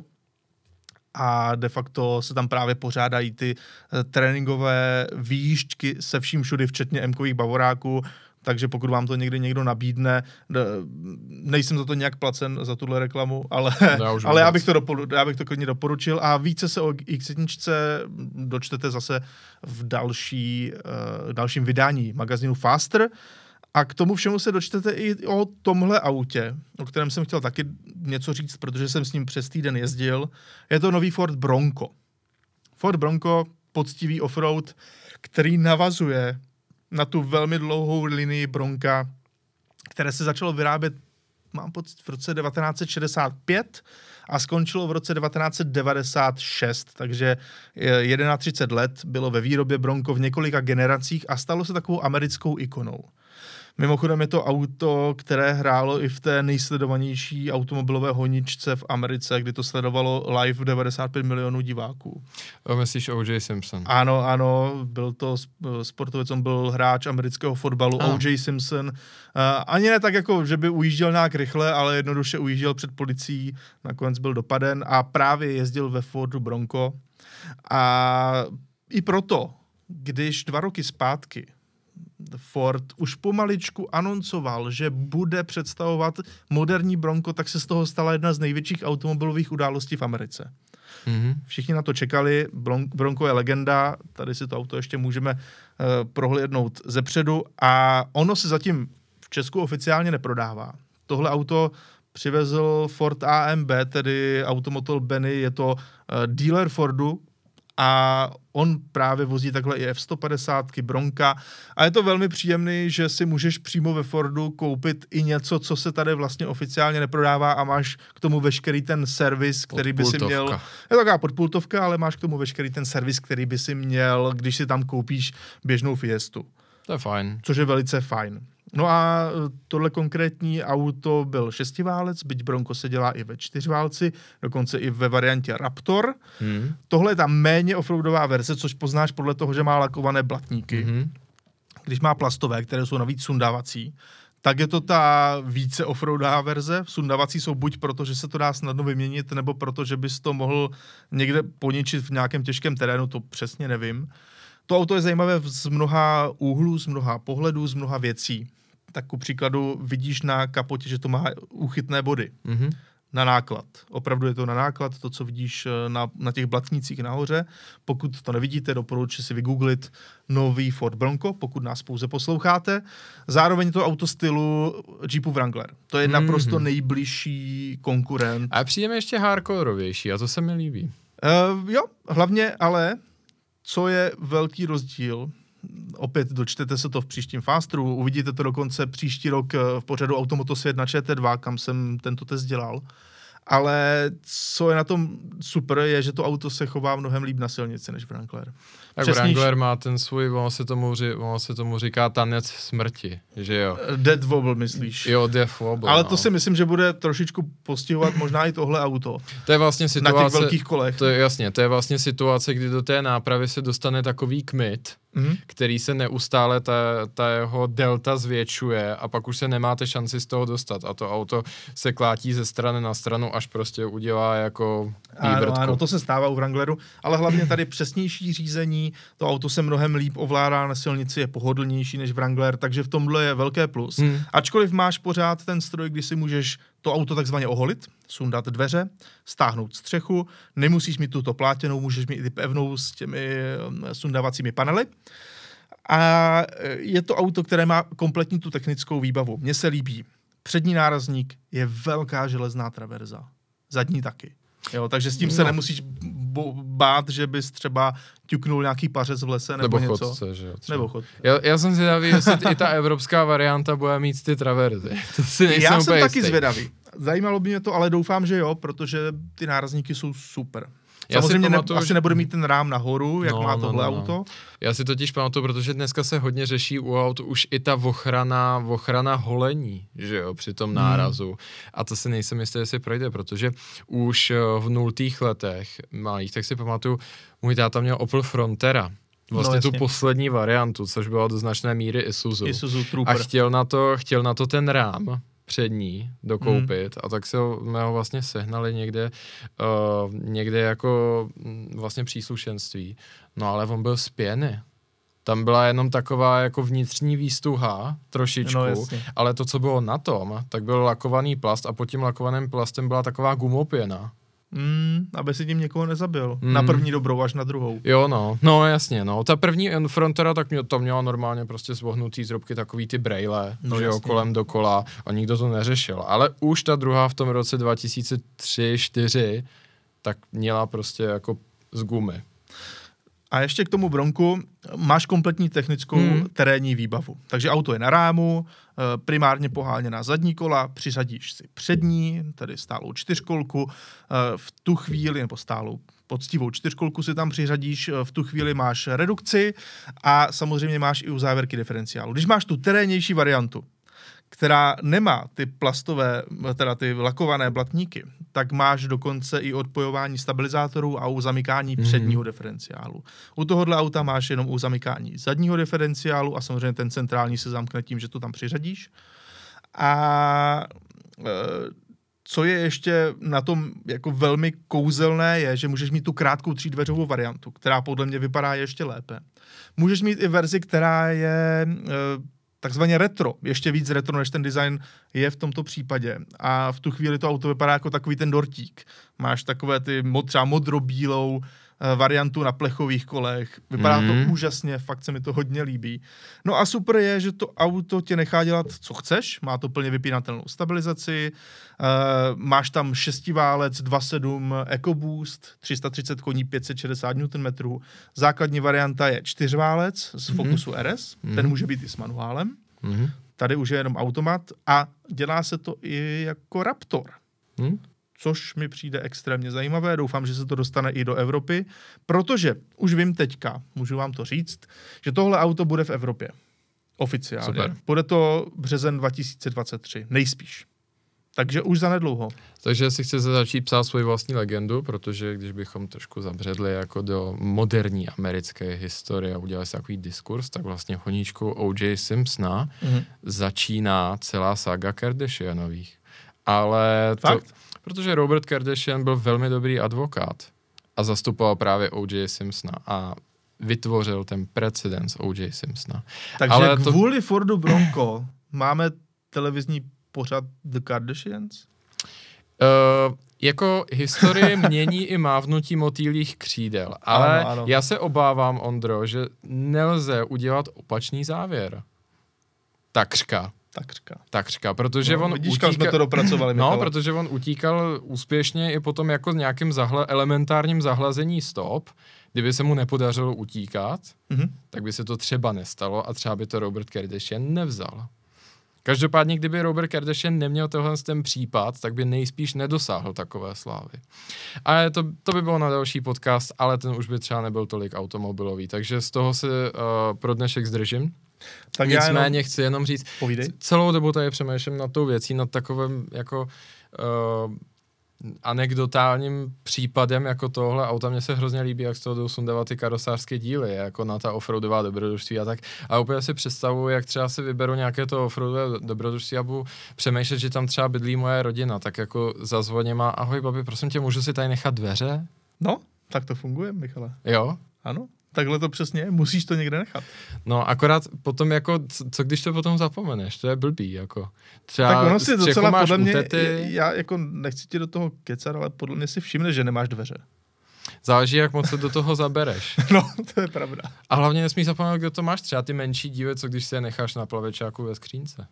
a de facto se tam právě pořádají ty uh, tréninkové výjížďky se vším všudy, včetně M-kových bavoráků, takže pokud vám to někdy někdo nabídne, nejsem za to nějak placen za tuhle reklamu, ale, já, ale já, bych to doporu, já bych to klidně doporučil a více se o X jedna dočtete zase v další, uh, dalším vydání magazínu Faster a k tomu všemu se dočtete i o tomhle autě, o kterém jsem chtěl taky něco říct, protože jsem s ním přes týden jezdil. Je to nový Ford Bronco. Ford Bronco, poctivý offroad, který navazuje na tu velmi dlouhou linii Bronca, které se začalo vyrábět, mám pocit, v roce devatenáct set šedesát pět a skončilo v roce devatenáct set devadesát šest, takže třicet jedna let bylo ve výrobě Bronco v několika generacích a stalo se takovou americkou ikonou. Mimochodem je to auto, které hrálo i v té nejsledovanější automobilové honičce v Americe, kdy to sledovalo live devadesát pět milionů diváků. A myslíš O J Simpson? Ano, ano, byl to sportovec, on byl hráč amerického fotbalu, ah. O J Simpson. Uh, ani ne tak jako, že by ujížděl nějak rychle, ale jednoduše ujížděl před policií, nakonec byl dopaden a právě jezdil ve Fordu Bronco. A i proto, když dva roky zpátky Ford už pomaličku anoncoval, že bude představovat moderní Bronco, tak se z toho stala jedna z největších automobilových událostí v Americe. Mm-hmm. Všichni na to čekali, Bronco je legenda, tady si to auto ještě můžeme uh, prohlédnout zepředu a ono se zatím v Česku oficiálně neprodává. Tohle auto přivezl Ford A M B, tedy Automotor Benny, je to uh, dealer Fordu, a on právě vozí takhle i F sto padesát, Bronca a je to velmi příjemný, že si můžeš přímo ve Fordu koupit i něco, co se tady vlastně oficiálně neprodává a máš k tomu veškerý ten servis, který by si měl. Je taková podpultovka, ale máš k tomu veškerý ten servis, který by si měl, když si tam koupíš běžnou Fiestu. To je fajn. Což je velice fajn. No a tohle konkrétní auto byl šestiválec, byť Bronco se dělá i ve čtyřválci, dokonce i ve variantě Raptor. Hmm. Tohle je ta méně offroadová verze, což poznáš podle toho, že má lakované blatníky. Hmm. Když má plastové, které jsou navíc sundavací, tak je to ta více offroadová verze. Sundavací jsou buď proto, že se to dá snadno vyměnit, nebo proto, že bys to mohl někde poničit v nějakém těžkém terénu, to přesně nevím. To auto je zajímavé z mnoha úhlů, z mnoha pohledů, z mnoha věcí. Tak ku příkladu vidíš na kapotě, že to má úchytné body. Mm-hmm. Na náklad. Opravdu je to na náklad, to, co vidíš na, na těch blatnících nahoře. Pokud to nevidíte, doporučuji si vygooglit nový Ford Bronco, pokud nás pouze posloucháte. Zároveň to auto stylu Jeepu Wrangler. To je mm-hmm. naprosto nejbližší konkurent. A přijde mi ještě hardcoreovější a to se mi líbí. Uh, jo, hlavně ale, co je velký rozdíl, opět dočtete se to v příštím Fastru, uvidíte to dokonce příští rok v pořadu Automotosvět na Č T dva, kam jsem tento test dělal. Ale co je na tom super, je, že to auto se chová mnohem líp na silnici než Wrangler. Tak Přesnější... Wrangler má ten svůj, ono se, tomu, ono se tomu říká tanec smrti, že jo? Death Wobble, myslíš? Jo, Death Wobble, Ale no. to si myslím, že bude trošičku postihovat možná i tohle auto. To je vlastně situace... Na těch velkých kolech. To je jasně, to je vlastně situace, kdy do té nápravy se dostane takový kmit, mm-hmm. který se neustále, ta, ta jeho delta zvětšuje a pak už se nemáte šanci z toho dostat a to auto se klátí ze strany na stranu, až prostě udělá jako ano, ano, to se stává u Wrangleru, ale hlavně tady přesnější řízení, to auto se mnohem líp ovládá na silnici, je pohodlnější než Wrangler, takže v tomhle je velké plus. Hmm. Ačkoliv máš pořád ten stroj, kdy si můžeš to auto takzvaně oholit, sundat dveře, stáhnout střechu, nemusíš mít tuto plátěnou, můžeš mít i pevnou s těmi sundavacími panely. A je to auto, které má kompletní tu technickou výbavu. Mně se líbí. Přední nárazník je velká železná traverza. Zadní taky. Jo, takže s tím se no. nemusíš bát, že bys třeba ťuknul nějaký pařez v lese nebo, nebo něco. Chodce, že jo, nebo chodce. Já, já jsem zvědavý, jestli i ta evropská varianta bude mít ty traverzy. To si nejsem já jsem taky jistý. zvědavý. Zajímalo by mě to, ale doufám, že jo, protože ty nárazníky jsou super. Já samozřejmě pamatuju, ne, asi že... nebude mít ten rám nahoru, jak no, má tohle no, no, auto. No. Já si totiž pamatuju, protože dneska se hodně řeší u aut už i ta ochrana, ochrana holení, že jo, při tom nárazu. Hmm. A to si nejsem jistý, jestli projde, protože už v nultých letech malých, tak si pamatuju, můj táta měl Opel Frontera. Vlastně no, tu poslední variantu, což byla do značné míry Isuzu. Isuzu Trooper. A chtěl na to, chtěl na to ten rám přední dokoupit hmm. a tak se ho, jsme ho vlastně sehnali někde, uh, někde jako vlastně příslušenství. No ale on byl z pěny. Tam byla jenom taková jako vnitřní výstuha, trošičku, no, ale to, co bylo na tom, tak byl lakovaný plast a pod tím lakovaným plastem byla taková gumopěna. Mm, aby si tím někoho nezabil. Mm. Na první dobrou až na druhou. Jo, no, no jasně, no. Ta první Frontera, tak mě, to měla normálně prostě zvohnutý z robky takový ty brejle, no, že jo, kolem dokola a nikdo to neřešil. Ale už ta druhá v tom roce dva tisíce tři čtyři tak měla prostě jako z gumy. A ještě k tomu Bronku máš kompletní technickou hmm. terénní výbavu. Takže auto je na rámu, primárně poháněná zadní kola, přiřadíš si přední, tedy stálou čtyřkolku, v tu chvíli, nebo stálou poctivou čtyřkolku si tam přiřadíš, v tu chvíli máš redukci a samozřejmě máš i u závěrky diferenciálu. Když máš tu terénnější variantu, která nemá ty plastové, teda ty lakované blatníky, tak máš dokonce i odpojování stabilizátorů a u zamykání mm. předního diferenciálu. U tohohle auta máš jenom u zamykání zadního diferenciálu a samozřejmě ten centrální se zamkne tím, že to tam přiřadíš. A e, co je ještě na tom jako velmi kouzelné je, že můžeš mít tu krátkou třídveřovou variantu, která podle mě vypadá ještě lépe. Můžeš mít i verzi, která je e, takzvaně retro, ještě víc retro, než ten design je v tomto případě. A v tu chvíli to auto vypadá jako takový ten dortík. Máš takové ty mod, třeba modro-bílou eh, variantu na plechových kolech. Vypadá mm. to úžasně, fakt se mi to hodně líbí. No a super je, že to auto tě nechá dělat, co chceš. Má to plně vypínatelnou stabilizaci. Eh, máš tam šestiválec dva celá sedm EcoBoost, tři sta třicet koní, pět set šedesát newtonmetrů. Základní varianta je čtyřválec z Focusu mm. R S. Mm. Ten může být i s manuálem. Mm. Tady už je jenom automat a dělá se to i jako Raptor. Mm. Což mi přijde extrémně zajímavé. Doufám, že se to dostane i do Evropy, protože už vím teďka, můžu vám to říct, že tohle auto bude v Evropě. Oficiálně. Super. Bude to březen dva tisíce dvacet tři, nejspíš. Takže už zanedlouho. Takže si chcete začít psát svoji vlastní legendu, protože když bychom trošku zabředli jako do moderní americké historie a udělali si takový diskurs, tak vlastně honíčkou O J Simpsona mm-hmm. začíná celá saga Kardashianových. Ale to, protože Robert Kardashian byl velmi dobrý advokát a zastupoval právě O J Simpsona a vytvořil ten precedens O J Simpsona. Takže ale kvůli to... Fordu Bronco máme televizní pořad The Kardashians? Uh, jako historie mění i mávnutí motýlích křídel, ale ano, ano. Já se obávám, Ondro, že nelze udělat opačný závěr. Takřka. Takřka. Takřka, protože no, on vidíš, utíkal... jsme to dopracovali, no, protože on utíkal úspěšně i potom jako nějakým zahle... elementárním zahlazení stop. Kdyby se mu nepodařilo utíkat, mm-hmm. tak by se to třeba nestalo a třeba by to Robert Kardashian nevzal. Každopádně, kdyby Robert Kardashian neměl tohle ten případ, tak by nejspíš nedosáhl takové slávy. Ale to, to by bylo na další podcast, ale ten už by třeba nebyl tolik automobilový, takže z toho se uh, pro dnešek zdržím. Tak nicméně já jenom... chci jenom říct, Povídej. Celou dobu tady přemýšlím nad tou věcí, nad takovým jako uh, anekdotálním případem jako tohle auta. Mně se hrozně líbí, jak z toho jdou sundávat ty karosářské díly, jako na ta offroadová dobrodružství a tak. A úplně si představuji, jak třeba si vyberu nějaké to offroadové dobrodružství a budu přemýšlet, že tam třeba bydlí moje rodina, tak jako zazvoním a ahoj babi, prosím tě, můžu si tady nechat dveře? No, tak to funguje, Michale. Jo? Ano. Takhle to přesně je, musíš to někde nechat. No akorát potom jako, co když to potom zapomeneš, to je blbý, jako. Třeba tak ono si docela podle mě, utety... já jako nechci ti do toho kecat, ale podle mě si všimne, že nemáš dveře. Záleží, jak moc se do toho zabereš. No, to je pravda. A hlavně nesmíš zapomenout, kdo to máš, třeba ty menší díly, co když se je necháš na plavečáku ve skřínce.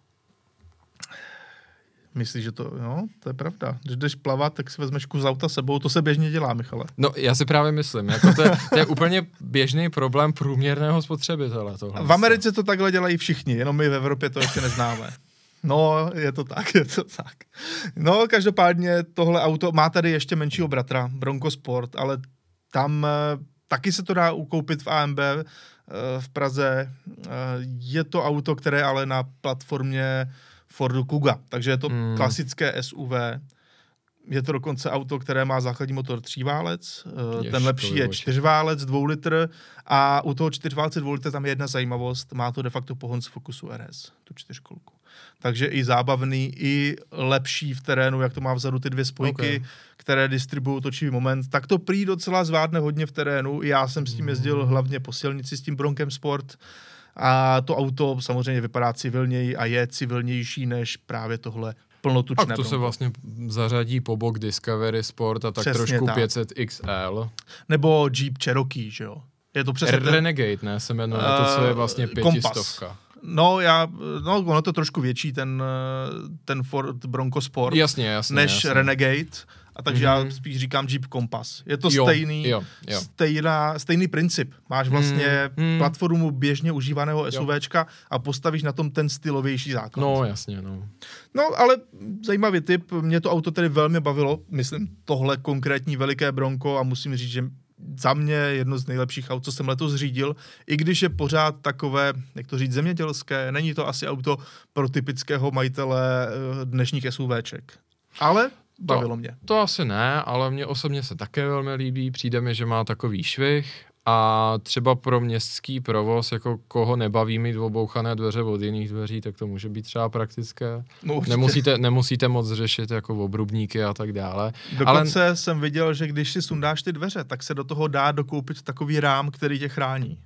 Myslíš, že to, no, to je pravda. Když jdeš plavat, tak si vezmeš kus auta sebou, to se běžně dělá, Michale. No, já si právě myslím, jako to, je, to je úplně běžný problém průměrného spotřebitele. Tohle. V Americe to takhle dělají všichni, jenom my v Evropě to ještě neznáme. No, je to tak, je to tak. No, každopádně tohle auto má tady ještě menšího bratra, Bronco Sport, ale tam e, taky se to dá ukoupit v A M B e, v Praze. E, je to auto, které ale na platformě Fordu Kuga, takže je to hmm. klasické S U V. Je to dokonce auto, které má základní motor tříválec, Jež, ten lepší je čtyřválec, dvou litr a u toho čtyřválce dvou litr tam je jedna zajímavost, má to de facto pohon z Focusu R S, tu čtyřkolku. Takže i zábavný, i lepší v terénu, jak to má vzadu ty dvě spojky, okay. které distribuují točivý moment, tak to prý docela zvládne hodně v terénu. Já jsem s tím jezdil hlavně po silnici s tím Bronkem Sport a to auto samozřejmě vypadá civilněji a je civilnější než právě tohle plnotučné A to Bronco. Se vlastně zařadí po bok Discovery Sport a tak Přesně trošku tak. pět set X L. Nebo Jeep Cherokee, že jo? Je to přesně ten... Renegade, ne, se jmenuje, uh, to, co je vlastně pětistovka. No, já, no, ono to trošku větší, ten, ten Ford Bronco Sport, jasně, jasně, než jasně. Renegade, a takže mm-hmm. já spíš říkám Jeep Compass. Je to jo, stejný, jo, jo. Stejná, stejný princip. Máš vlastně mm, platformu běžně užívaného SUVčka a postavíš na tom ten stylovější základ. No, jasně, no. No, ale zajímavý tip, mě to auto tedy velmi bavilo, myslím tohle konkrétní veliké Bronco a musím říct, že za mě jedno z nejlepších aut, co jsem letos řídil, i když je pořád takové, jak to říct, zemědělské, není to asi auto pro typického majitele dnešních SUVček. Ale bavilo to, mě. To asi ne, ale mně osobně se také velmi líbí, přijde mi, že má takový švih a třeba pro městský provoz, jako koho nebaví mít obouchané dveře od jiných dveří, tak to může být třeba praktické. No, nemusíte, nemusíte moc řešit jako obrubníky a tak dále. Dokonce ale... jsem viděl, že když si sundáš ty dveře, tak se do toho dá dokoupit takový rám, který tě chrání.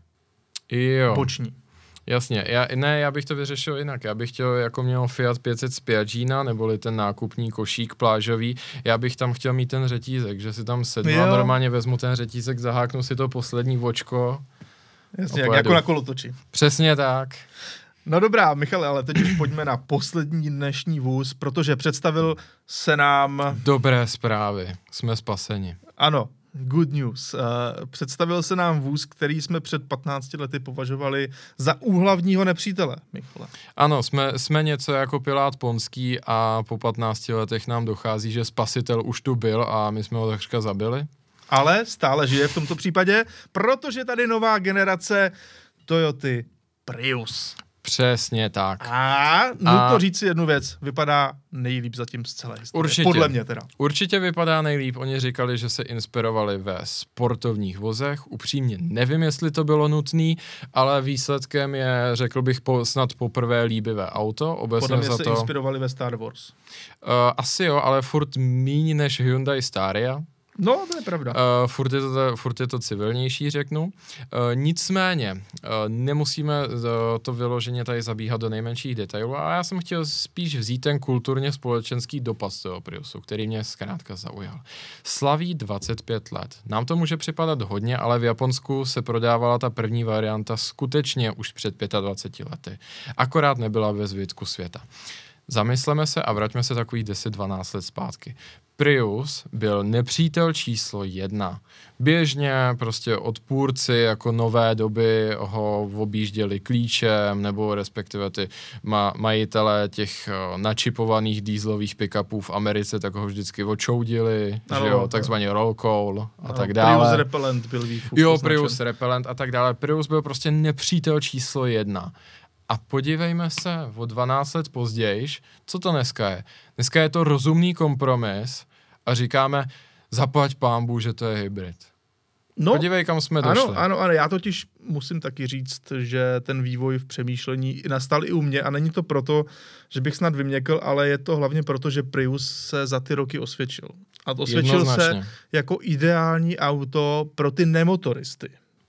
Jo. Boční. Jasně, já, ne, já bych to vyřešil jinak, já bych chtěl, jako měl Fiat pět set Spiagina, neboli ten nákupní košík plážový, já bych tam chtěl mít ten řetízek, že si tam sednu jo. a normálně vezmu ten řetízek, zaháknu si to poslední vočko. Jasně, jak, jako na kolotoči. Přesně tak. No dobrá, Michale, ale teď už pojďme na poslední dnešní vůz, protože představil se nám... Dobré zprávy, jsme spaseni. Ano. Good news. Uh, představil se nám vůz, který jsme před patnácti lety považovali za úhlavního nepřítele, Michale. Ano, jsme, jsme něco jako Pilát Ponský a po patnácti letech nám dochází, že spasitel už tu byl a my jsme ho takřka zabili. Ale stále žije v tomto případě, protože tady nová generace Toyoty Prius. Přesně tak. A nutno a... říct si jednu věc, vypadá nejlíp zatím z celé historie. Určitě. Podle mě teda. Určitě vypadá nejlíp. Oni říkali, že se inspirovali ve sportovních vozech. Upřímně nevím, jestli to bylo nutný, ale výsledkem je, řekl bych, po, snad poprvé líbivé auto. Obecně Podle mě za se to... inspirovali ve Star Wars. Uh, asi jo, ale furt míň než Hyundai Staria. No, to je pravda. Uh, furt, je to, furt je to civilnější, řeknu. Uh, nicméně, uh, nemusíme uh, to vyloženě tady zabíhat do nejmenších detailů, a já jsem chtěl spíš vzít ten kulturně společenský dopad toho Priusu, který mě zkrátka zaujal. Slaví dvacet pět let. Nám to může připadat hodně, ale v Japonsku se prodávala ta první varianta skutečně už před dvaceti pěti lety. Akorát nebyla ve zbytku světa. Zamysleme se a vraťme se takových deset dvanáct let zpátky. Prius byl nepřítel číslo jedna. Běžně prostě odpůrci jako nové doby ho objížděli klíčem, nebo respektive ty ma- majitelé těch uh, načipovaných dýzlových pick-upů v Americe tak ho vždycky očoudili, ano, že jo, takzvaný roll call a ano, tak dále. Prius Repellent byl výfuk. Jo, Prius Repellent a tak dále. Prius byl prostě nepřítel číslo jedna. A podívejme se o dvanáct let později, co to dneska je. Dneska je to rozumný kompromis a říkáme, zaplať pánbůh, že to je hybrid. No, podívej, kam jsme ano, došli. Ano, ano, já totiž musím taky říct, že ten vývoj v přemýšlení nastal i u mě a není to proto, že bych snad vyměkl, ale je to hlavně proto, že Prius se za ty roky osvědčil. A to osvědčil se jako ideální auto pro ty nemotoristy.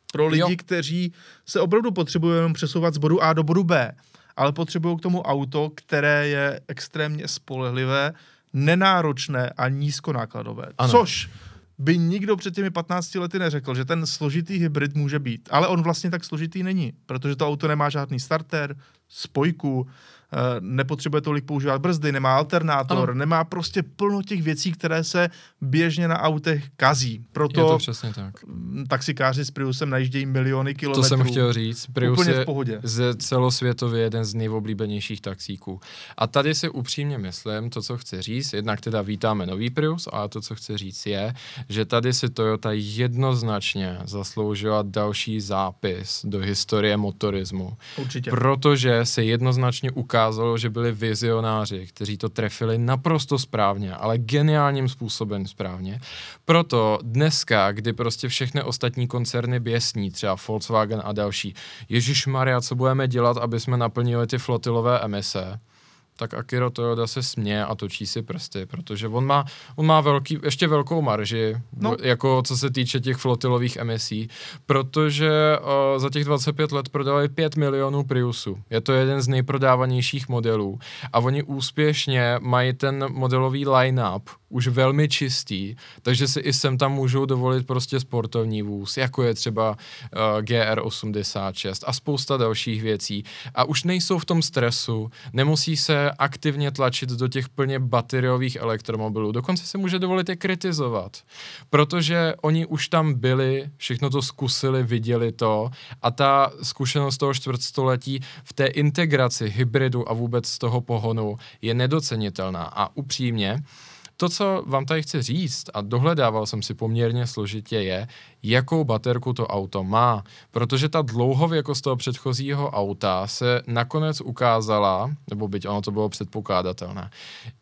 pro lidi, Jo. kteří se opravdu potřebují jenom přesouvat z bodu A do bodu B, ale potřebují k tomu auto, které je extrémně spolehlivé, nenáročné a nízkonákladové. Ano. Což by nikdo před těmi patnácti lety neřekl, že ten složitý hybrid může být. Ale on vlastně tak složitý není, protože to auto nemá žádný starter, spojku, nepotřebuje tolik používat brzdy, nemá alternátor, ano. nemá prostě plno těch věcí, které se běžně na autech kazí. Proto je to přesně tak. Taxikáři s Priusem najíždějí miliony kilometrů. To jsem chtěl říct. Prius úplně je v pohodě. Z celosvětově jeden z nejoblíbenějších taxíků. A tady si upřímně myslím, to, co chci říct, jednak teda vítáme nový Prius, ale to, co chci říct je, že tady si Toyota jednoznačně zasloužila další zápis do historie motorismu. Určitě. Protože se jednoznačně ukázalo, že byli vizionáři, kteří to trefili naprosto správně, ale geniálním způsobem správně. Proto dneska, kdy prostě všechny ostatní koncerny běsní, třeba Volkswagen a další, ježišmarja, co budeme dělat, aby jsme naplnili ty flotilové emise, tak Akira Toyoda se směje a točí si prsty, protože on má, on má velký, ještě velkou marži, no. jako co se týče těch flotilových emisí, protože uh, za těch dvacet pět let prodali pět milionů Priusů. Je to jeden z nejprodávanějších modelů a oni úspěšně mají ten modelový line-up už velmi čistý, takže si i sem tam můžou dovolit prostě sportovní vůz, jako je třeba uh, G R osmdesát šest a spousta dalších věcí. A už nejsou v tom stresu, nemusí se aktivně tlačit do těch plně bateriových elektromobilů. Dokonce se může dovolit je kritizovat, protože oni už tam byli, všechno to zkusili, viděli to a ta zkušenost toho čtvrtstoletí v té integraci hybridu a vůbec z toho pohonu je nedocenitelná. A upřímně, to, co vám tady chci říct, a dohledával jsem si poměrně složitě, je, jakou baterku to auto má. Protože ta dlouhověkost toho předchozího auta se nakonec ukázala, nebo byť ono to bylo předpokládatelné,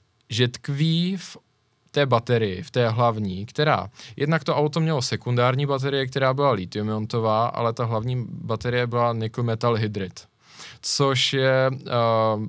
že tkví v té baterii, v té hlavní, která, jednak to auto mělo sekundární baterie, která byla lithium-iontová, ale ta hlavní baterie byla nickel metal hydrid, což je Uh,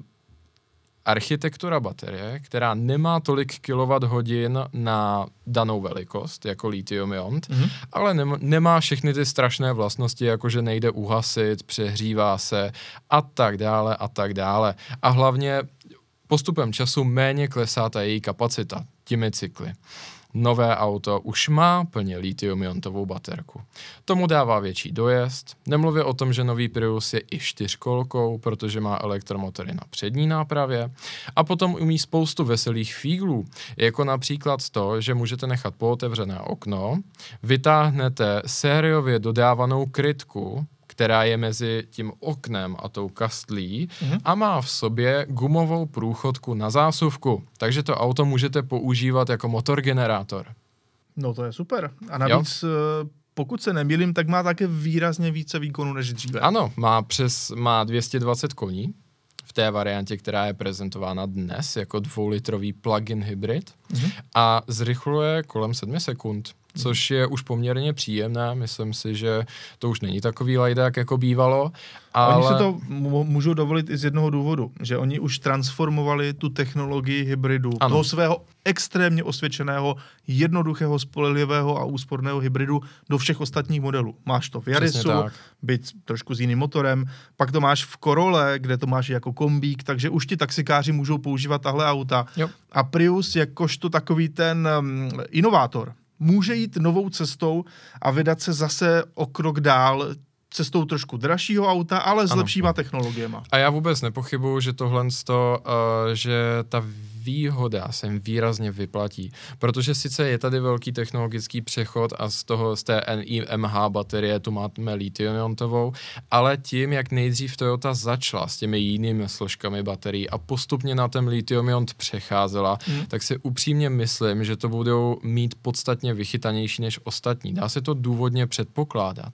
architektura baterie, která nemá tolik kilowatthodin na danou velikost, jako lithium-ion, mm-hmm. ale nem- nemá všechny ty strašné vlastnosti, jako že nejde uhasit, přehřívá se a tak dále a tak dále. A hlavně postupem času méně klesá ta její kapacita těmi cykly. Nové auto už má plně lithium-iontovou baterku. Tomu dává větší dojezd, nemluvě o tom, že nový Prius je i čtyřkolkou, protože má elektromotory na přední nápravě a potom umí spoustu veselých fíglů, jako například to, že můžete nechat pootevřené okno, vytáhnete sériově dodávanou krytku, která je mezi tím oknem a tou kastlí mm-hmm. a má v sobě gumovou průchodku na zásuvku. Takže to auto můžete používat jako motorgenerátor. No to je super. A navíc, jo. pokud se nemýlím, tak má také výrazně více výkonu než dříve. Ano, má přes má dvě stě dvacet koní v té variantě, která je prezentována dnes jako dvoulitrový plug-in hybrid mm-hmm. a zrychluje kolem sedmi sekund. Což je už poměrně příjemné, myslím si, že to už není takový lajdák, jako bývalo. Ale... Oni se to můžou dovolit i z jednoho důvodu, že oni už transformovali tu technologii hybridu, ano. toho svého extrémně osvědčeného, jednoduchého, spolehlivého a úsporného hybridu do všech ostatních modelů. Máš to v Yarisu, byť trošku s jiným motorem, pak to máš v Corolle, kde to máš jako kombík, takže už ti taxikáři můžou používat tahle auta. Jo. A Prius jakožto takový ten um, inovátor může jít novou cestou a vydat se zase o krok dál, cestou trošku dražšího auta, ale s ano. lepšíma technologiema. A já vůbec nepochybuju, že tohle z toho, uh, že ta výhoda se jim výrazně vyplatí, protože sice je tady velký technologický přechod a z toho, z té N I M H baterie tu máme lithium-iontovou, ale tím, jak nejdřív Toyota začala s těmi jinými složkami baterií a postupně na ten lithium-ion přecházela, hmm. tak si upřímně myslím, že to budou mít podstatně vychytanější než ostatní. Dá se to důvodně předpokládat,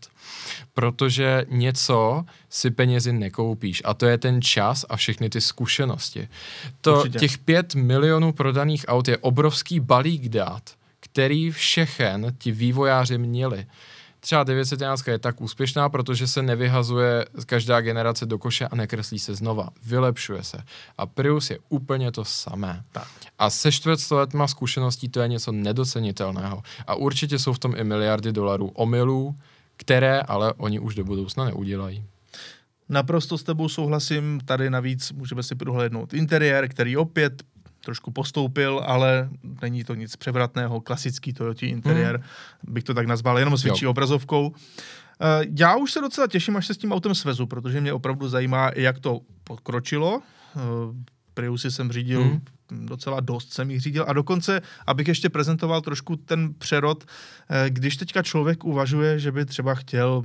protože něco si penězi nekoupíš a to je ten čas a všechny ty zkušenosti. To Určitě. Těch pět milionů prodaných aut je obrovský balík dát, který všechen ti vývojáři měli. Třeba devět set jedenáct je tak úspěšná, protože se nevyhazuje každá generace do koše a nekreslí se znova. Vylepšuje se. A Prius je úplně to samé. Tak. A se čtvrtstoletma zkušeností to je něco nedocenitelného. A určitě jsou v tom i miliardy dolarů omylů, které ale oni už do budoucna neudělají. Naprosto s tebou souhlasím, tady navíc můžeme si prohlédnout interiér, který opět trošku postoupil, ale není to nic převratného, klasický Toyota interiér, hmm. bych to tak nazval, jenom s větší obrazovkou. Já už se docela těším, až se s tím autem svezu, protože mě opravdu zajímá, jak to pokročilo. Priusy jsem řídil hmm. docela dost, jsem jich řídil a dokonce, abych ještě prezentoval trošku ten přerod, když teďka člověk uvažuje, že by třeba chtěl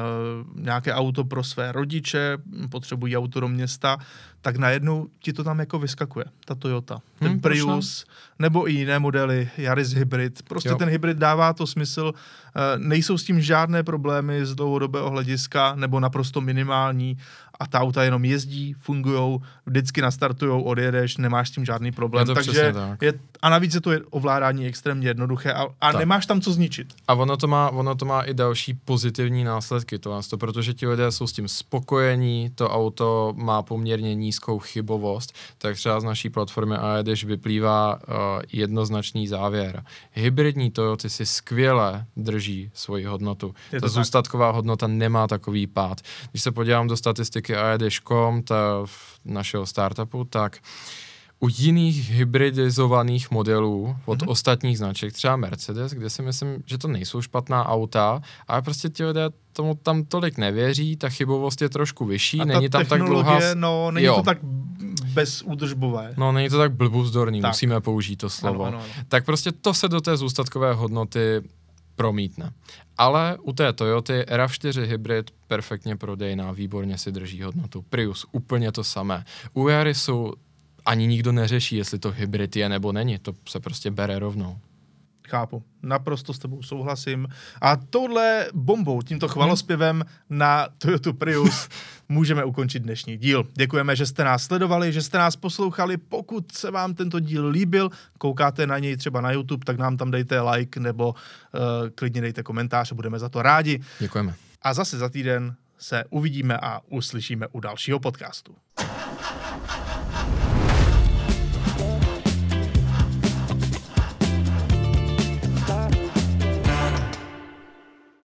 nějaké auto pro své rodiče, potřebují auto do města, tak najednou ti to tam jako vyskakuje, ta Toyota. Ten hmm, Prius, nebo i jiné modely, Yaris Hybrid. Prostě jo. Ten hybrid dává to smysl, nejsou s tím žádné problémy z dlouhodobého hlediska, nebo naprosto minimální a ta auta jenom jezdí, fungujou, vždycky nastartujou, odjedeš, nemáš s tím žádný problém. Takže tak. je, a navíc je to ovládání extrémně jednoduché a, a nemáš tam co zničit. A ono to má, ono to má i další pozitivní následky, to, protože ti lidé jsou s tím spokojení, to auto má poměrně nízkou chybovost, tak třeba z naší platformy A E D ž vyplývá uh, jednoznačný závěr. Hybridní Toyoty si skvěle drží svoji hodnotu. Ta zůstatková hodnota nemá takový pád. Když se podívám do statistiky A E D tečka com, ta našeho startupu, tak u jiných hybridizovaných modelů od mm-hmm. ostatních značek, třeba Mercedes, kde si myslím, že to nejsou špatná auta, ale prostě ti lidé tomu tam tolik nevěří, ta chybovost je trošku vyšší, a není tam tak dlouhá... no, není jo. to tak bezúdržbové. No, není to tak blbůvzdorný, tak. Musíme použít to slovo. Ano, ano, ano. Tak prostě to se do té zůstatkové hodnoty promítne. Ale u té Toyoty R A V čtyři hybrid perfektně prodejná, výborně si drží hodnotu. Prius úplně to samé. U Yarisu ani nikdo neřeší, jestli to hybrid je nebo není. To se prostě bere rovnou. Chápu. Naprosto s tebou souhlasím. A touhle bombou, tímto chvalospěvem na Toyota Prius můžeme ukončit dnešní díl. Děkujeme, že jste nás sledovali, že jste nás poslouchali. Pokud se vám tento díl líbil, koukáte na něj třeba na YouTube, tak nám tam dejte like nebo uh, klidně dejte komentář, budeme za to rádi. Děkujeme. A zase za týden se uvidíme a uslyšíme u dalšího podcastu.